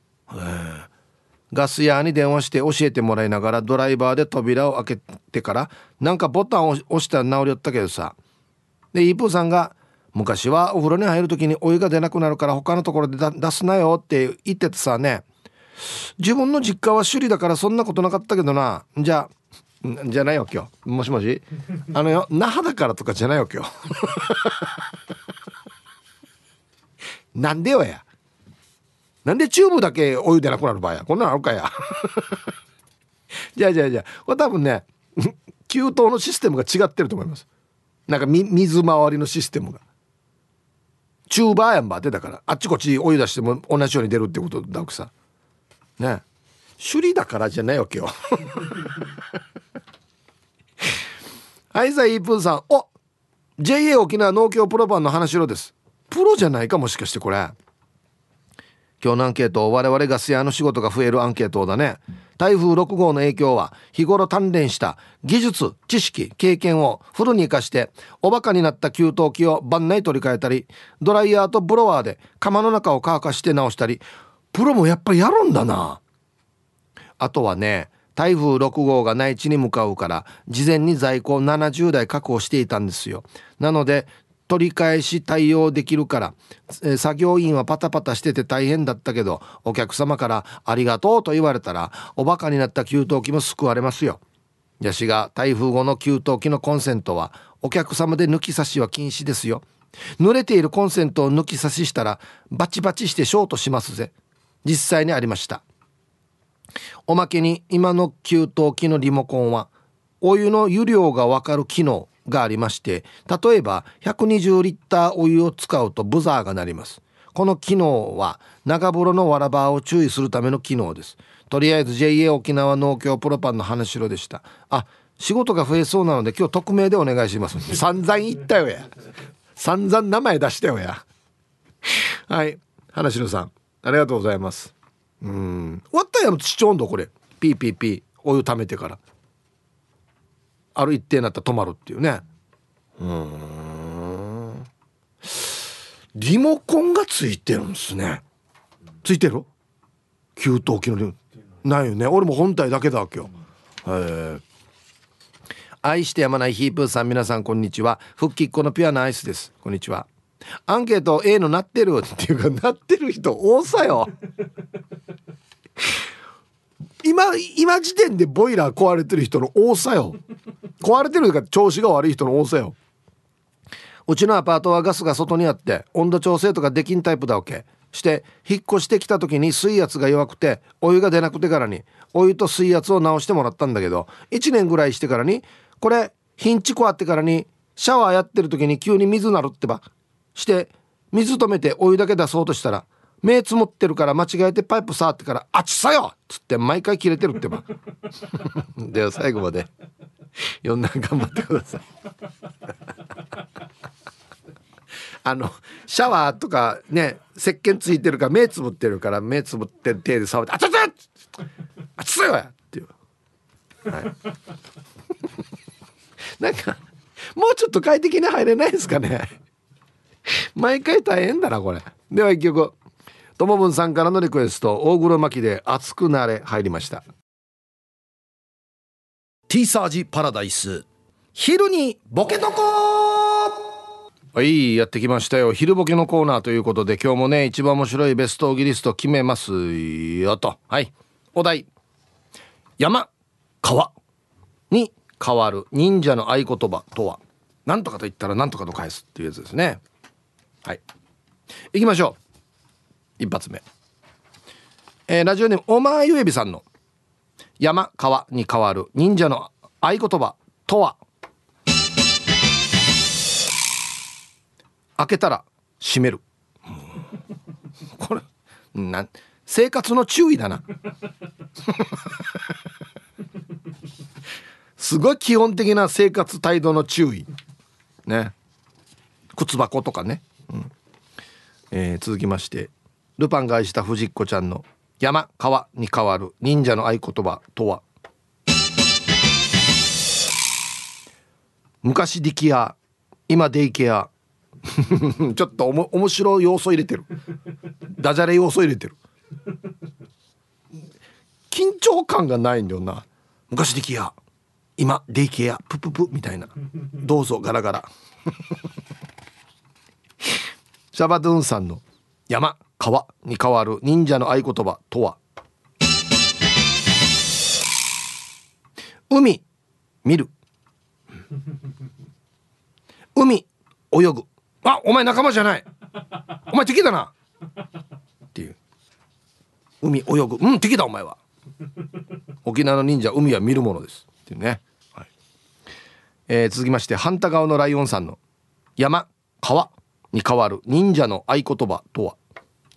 ガス屋に電話して教えてもらいながらドライバーで扉を開けてからなんかボタンを押したら治りよったけどさ。でイープーさんが昔はお風呂に入る時にお湯が出なくなるから他のところで出すなよって言っててさね。自分の実家は首里だからそんなことなかったけどな。じゃないよ今日。もしもし那覇だからとかじゃないよ今日なんでよや。なんでチューブだけお湯出なくなる場合や。こんなのあるかやじゃあこれ多分ね給湯のシステムが違ってると思います。なんか水回りのシステムがチューバーやんばってだからあっちこっちお湯出しても同じように出るってことだくさね。首里だからじゃないわけよはいさイープンさん、お JA 沖縄農協プロパンの話しろです。プロじゃないかもしかしてこれ。今日のアンケート、我々ガス屋の仕事が増えるアンケートだね。台風6号の影響は日頃鍛錬した技術、知識、経験をフルに生かしておバカになった給湯器を晩内取り替えたり、ドライヤーとブロワーで釜の中を乾かして直したり、プロもやっぱりやるんだな。あとはね、台風6号が内地に向かうから事前に在庫70台確保していたんですよ。なので取り返し対応できるから、作業員はパタパタしてて大変だったけど、お客様からありがとうと言われたらおバカになった給湯器も救われますよ。ヤシが台風後の給湯器のコンセントはお客様で抜き差しは禁止ですよ。濡れているコンセントを抜き差ししたらバチバチしてショートしますぜ。実際にありました。おまけに今の給湯器のリモコンはお湯の湯量がわかる機能がありまして、例えば120リッターお湯を使うとブザーが鳴ります。この機能は長風呂のわらばを注意するための機能です。とりあえず JA 沖縄農協プロパンの話しろでした。あ、仕事が増えそうなので今日匿名でお願いします。散々言ったよや、散々名前出したよや。はい、話しろさんありがとうございます。終わったやろ市長温度これピーピーピーお湯溜めてからある一定になったら止まるっていうね。リモコンがついてるんですね。ついてる給湯器のないよね。俺も本体だけだわけよ。愛してやまないヒープーさん、皆さんこんにちは。復帰っ子のピュアなアイスです。こんにちは。アンケート A のなってるっていうかなってる人多さよ。今時点でボイラー壊れてる人の多さよ。壊れてるか調子が悪い人の多さよ。うちのアパートはガスが外にあって温度調整とかできんタイプだわけして引っ越してきた時に水圧が弱くてお湯が出なくてからにお湯と水圧を直してもらったんだけど、1年ぐらいしてからにこれヒンチコあってからにシャワーやってる時に急に水なるってばして水止めてお湯だけ出そうとしたら目つもってるから間違えてパイプ触ってからあっちさよっつって毎回切れてるってば。では最後まで読んだら頑張ってください。シャワーとかね石鹸ついてるから目つぶってるから目つぶって手で触ってあっちゃっちゃあっちさよやっていう、はい、なんかもうちょっと快適に入れないですかね。毎回大変だなこれ。では一曲、ともぶんさんからのリクエスト、大黒摩季で熱くなれ入りました。 ティーサージパラダイス、昼にボケとこ。 はい、やってきましたよ、昼ボケのコーナーということで、今日もね一番面白いベストギリスト決めますよと。はい、お題、山川に変わる忍者の合言葉とは。なんとかと言ったらなんとかと返すっていうやつですね。はい、行きましょう。一発目、ラジオネームおまゆえびさんの山川に変わる忍者の合言葉とは。開けたら閉める。これ生活の注意だな。すごい基本的な生活態度の注意ね。靴箱とかね、続きまして、ルパンが愛した藤子ちゃんの山川に変わる忍者の合言葉とは。昔ディキア今デイケア。ちょっと面白い要素入れてる、ダジャレ要素入れてる。緊張感がないんだよな。昔ディキア今デイケアプププみたいな、どうぞガラガラ。シャバドゥンさんの山川に変わる忍者の合言葉とは。海見る、海泳ぐ。あ、お前仲間じゃない、お前敵だなっていう。海泳ぐ、敵だお前は。沖縄の忍者、海は見るものですっていうね、はい。続きまして、反対側のライオンさんの山川に変わる忍者の合言葉とは。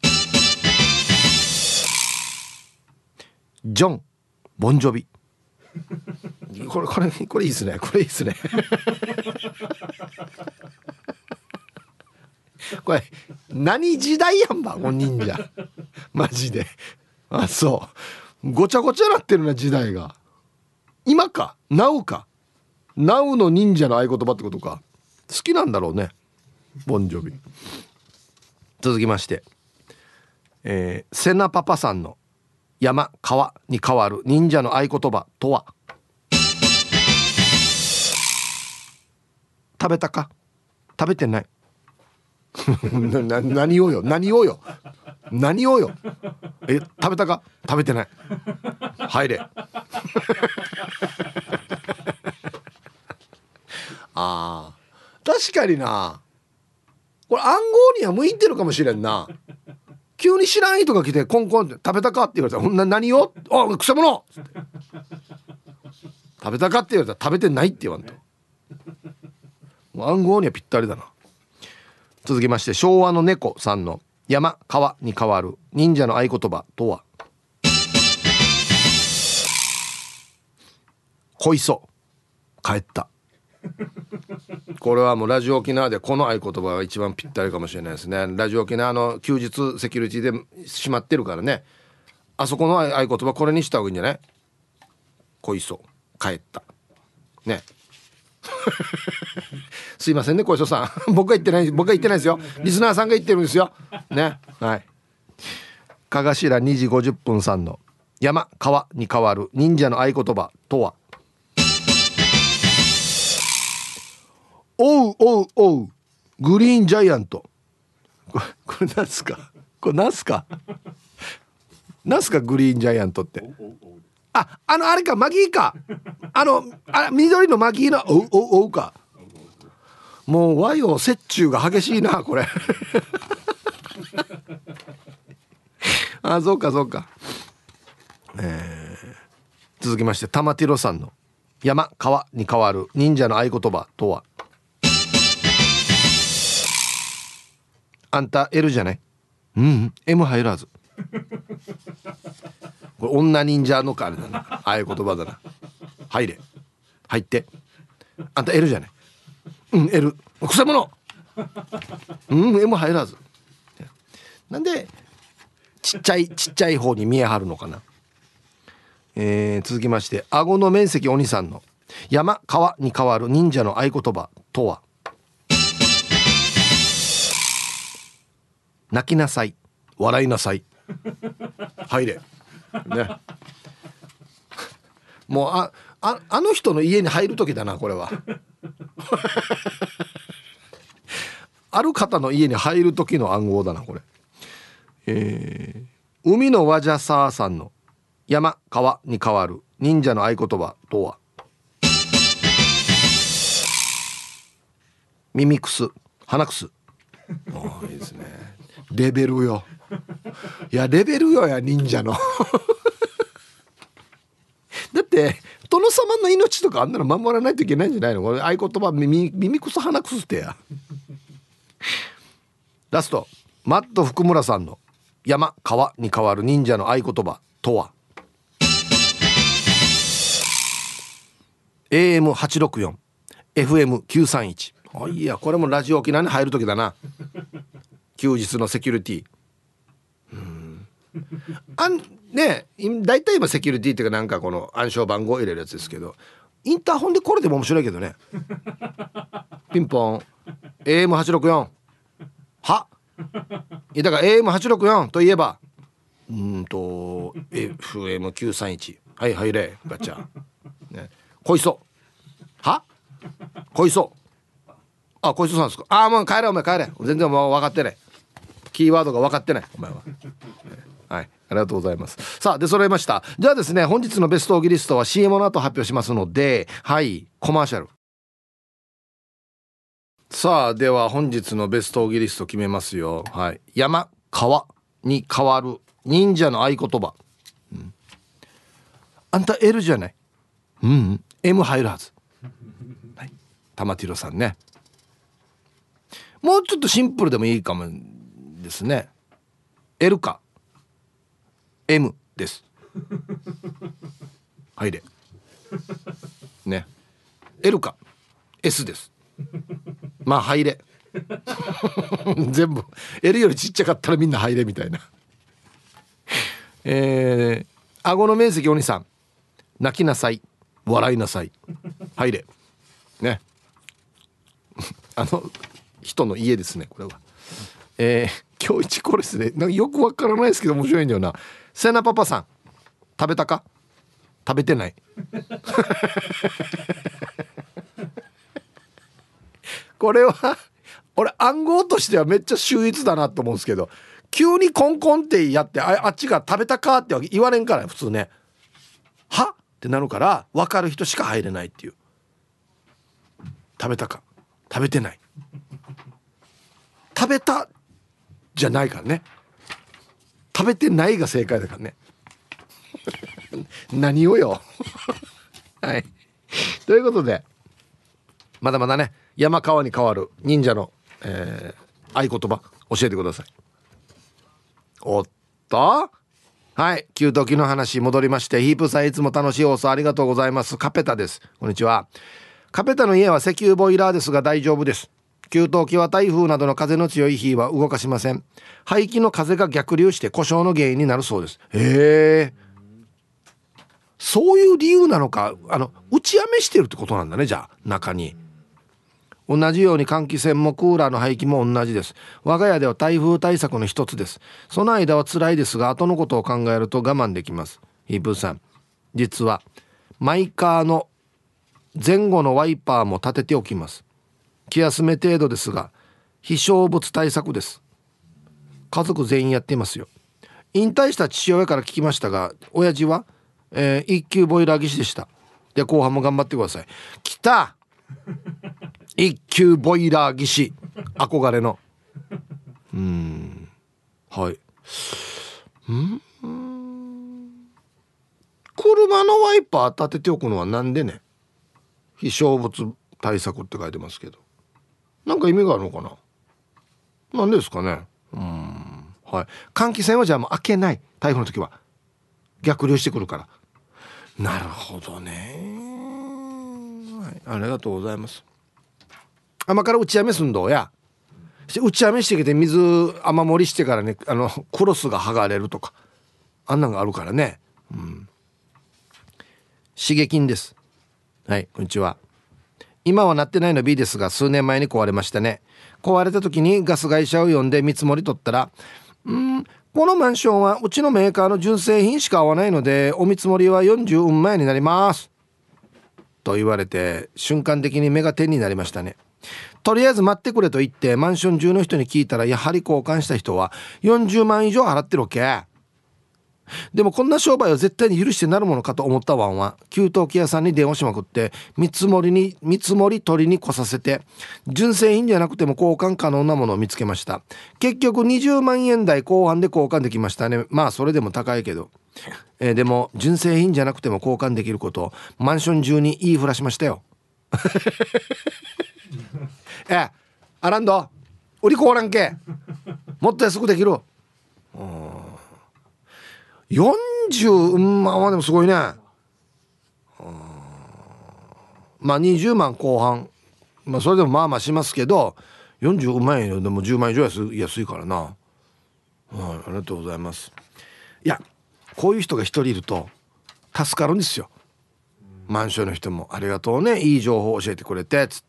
ジョン・ボンジョビ。 これいいですね。これいいですね。これ何時代やんばこの忍者。マジで。あ、そうごちゃごちゃなってるな時代が。今か Now か Now の忍者の合言葉ってことか。好きなんだろうねボンジョビ。続きまして、セナパパさんの山川に変わる忍者の合言葉とは。食べたか食べてない。何をよ何をよ何をよ。食べたか食べてない。入れ。あー確かにな。これ暗号には向いてるかもしれんな。急に知らん人が来てコンコンって食べたかって言われたら何をあくせ者食べたかって言われたら食べてないって言わんと。暗号にはぴったりだな。続きまして昭和の猫さんの山川に変わる忍者の合言葉とは。小磯帰った。これはもうラジオ沖縄でこの合言葉が一番ぴったりかもしれないですね。ラジオ沖縄の休日セキュリティで閉まってるからね。あそこの合言葉これにした方がいいんじゃない。小磯帰ったね。すいませんね小磯さん。僕が言ってないですよ。リスナーさんが言ってるんですよね。はい。かがしら2時50分さんの山川に変わる忍者の合言葉とは。おうおうおうグリーンジャイアント。これなんすか。これなんすか。なんすかグリーンジャイアントって。あれかマギーか。緑のマギーのおうか。もう和洋折衷が激しいなこれ。そうかそうか。続きまして玉ティロさんの山川に変わる忍者の合言葉とは。あんた L じゃない。M 入らず。これ女忍者のあれだな。ああいう言葉だな。入れ入ってあんた L じゃない。L くせ者。M 入らず。なんでちっちゃい方に見え張るのかな。続きまして顎の面積お兄さんの山川に変わる忍者の合言葉とは。泣きなさい笑いなさい。入れね。もうあの人の家に入る時だなこれは。ある方の家に入る時の暗号だなこれ。海のワジャサーさんの山川に変わる忍者の合言葉とは。耳くす鼻くす。いいですね。レベルよ。いやレベルよや忍者の。だって殿様の命とかあんなの守らないといけないんじゃないの。これ合言葉耳くす鼻くすってや。ラストマット福村さんの山川に変わる忍者の合言葉とは。AM864 FM931。いやこれもラジオ沖縄に入る時だな。休日のセキュリティ。ねだいたい今セキュリティっていうかなんかこの暗証番号を入れるやつですけど、インターホンでこれでも面白いけどね。ピンポン AM864 はいやだから AM864 といえばFM931 はい入れガチャ、ね、小磯小磯小磯さんですか。もう帰れお前帰れ。全然もう分かってない。キーワードが分かってないお前は。はい、ありがとうございます。さあ出揃いました。じゃあですね本日のベストオギリストは CM の後発表しますので、はいコマーシャル。さあでは本日のベストオギリスト決めますよ。はい、山川に変わる忍者の合言葉、あんた L じゃない。M 入るはず。はい、玉ティロさんね。もうちょっとシンプルでもいいかもですね。 L か M です。入れ L か S です。まあ入れ全部 L よりちっちゃかったらみんな入れみたいな。顎の面積お兄さん、泣きなさい、笑いなさい、入れね。人の家ですねこれは。今日一これですね、なんかよくわからないですけど面白いんだよな。セナパパさん、食べたか？食べてないこれは俺暗号としてはめっちゃ秀逸だなと思うんですけど、急にコンコンってやって あっちが食べたかって言われんから普通ね、はってなるから分かる人しか入れないっていう。食べたか食べてない、食べたじゃないからね、食べてないが正解だからね何をよはい、ということでまだまだね山川に変わる忍者の、合言葉教えてください。おっと、はい、給湯器の話戻りまして、ヒープさんいつも楽しい放送ありがとうございます。カペタです。こんにちは。カペタの家は石油ボイラーですが大丈夫です。給湯器は台風などの風の強い日は動かしません。排気の風が逆流して故障の原因になるそうです。へえ、そういう理由なのか。打ちやめしてるってことなんだね。じゃあ中に同じように換気扇もクーラーの排気も同じです。我が家では台風対策の一つです。その間は辛いですが後のことを考えると我慢できます。ヒープーさん、実はマイカーの前後のワイパーも立てておきます。気休め程度ですが非衝物対策です。家族全員やっていますよ。引退した父親から聞きましたが親父は、一級ボイラー技師でした。で後半も頑張ってください。来た一級ボイラー技師、憧れの。はい。車のワイパー立てておくのはなんでね。非衝物対策って書いてますけど、なんか意味があるのかな。なんでですかね。はい。換気扇はじゃあもう開けない。台風の時は逆流してくるから。なるほどね、はい、ありがとうございます。甘から打ちやめすんどうや。打ちやめしてきて水雨漏りしてからね、クロスが剥がれるとかあんなんがあるからね。刺激金です。はい、こんにちは。今はなってないの B ですが数年前に壊れましたね。壊れた時にガス会社を呼んで見積もり取ったら、このマンションはうちのメーカーの純正品しか合わないのでお見積もりは40万円になりますと言われて瞬間的に目が点になりましたね。とりあえず待ってくれと言ってマンション中の人に聞いたら、やはり交換した人は40万以上払ってるわけ。でもこんな商売を絶対に許してなるものかと思ったワンは給湯器屋さんに電話しまくって見積もり取りに来させて、純正品じゃなくても交換可能なものを見つけました。結局20万円台後半で交換できましたね。まあそれでも高いけど、でも純正品じゃなくても交換できることをマンション中に言いふらしましたよアランド売りこうらんけもっと安くできる。40万はでもすごいね。まあ20万後半、まあそれでもまあまあしますけど40万円でも10万以上安いからな。はい、ありがとうございます。いやこういう人が一人いると助かるんですよ。マンションの人もありがとうね、いい情報教えてくれてつって。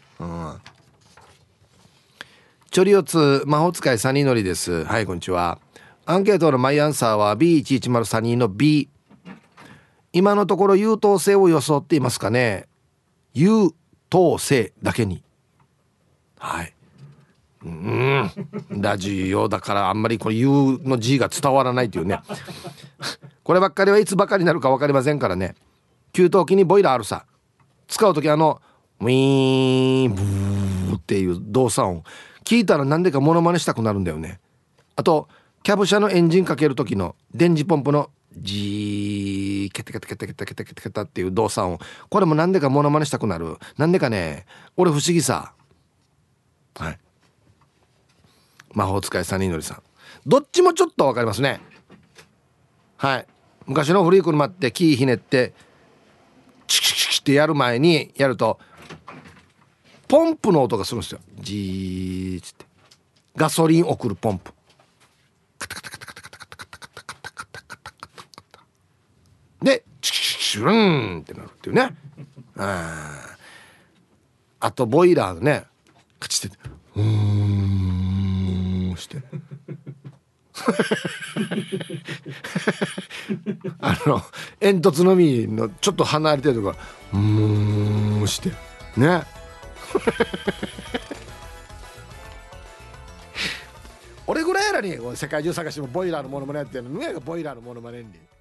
チョリオツ魔法使いサニーノリです。はい、こんにちは。アンケートのマイアンサーは B1103 の B。 今のところ優等生を装っていますかね。優等生だけに。はい、ラジオだからあんまりこれ U の G が伝わらないというねこればっかりはいつばかりになるか分かりませんからね。給湯器にボイラーあるさ。使うときウィーンブーっていう動作音聞いたらなんでかモノマネしたくなるんだよね。あとキャブ車のエンジンかける時の電磁ポンプのジーケタケタケタケタケタケタケタっていう動作音、これもなんでかモノマネしたくなる。なんでかね、俺不思議さ。はい、魔法使いサニーノリさん、どっちもちょっと分かりますね。はい、昔の古い車ってキーひねってチキチキチってやる前にやるとポンプの音がするんですよ。ジーッつってガソリン送るポンプでシュルーンってなるっていうね。あとボイラーのねカチってして煙突の実のちょっと離れてるとこしてね俺ぐらいやらに世界中探してもボイラーのモノマネやってるのね。ボイラーのモノマネに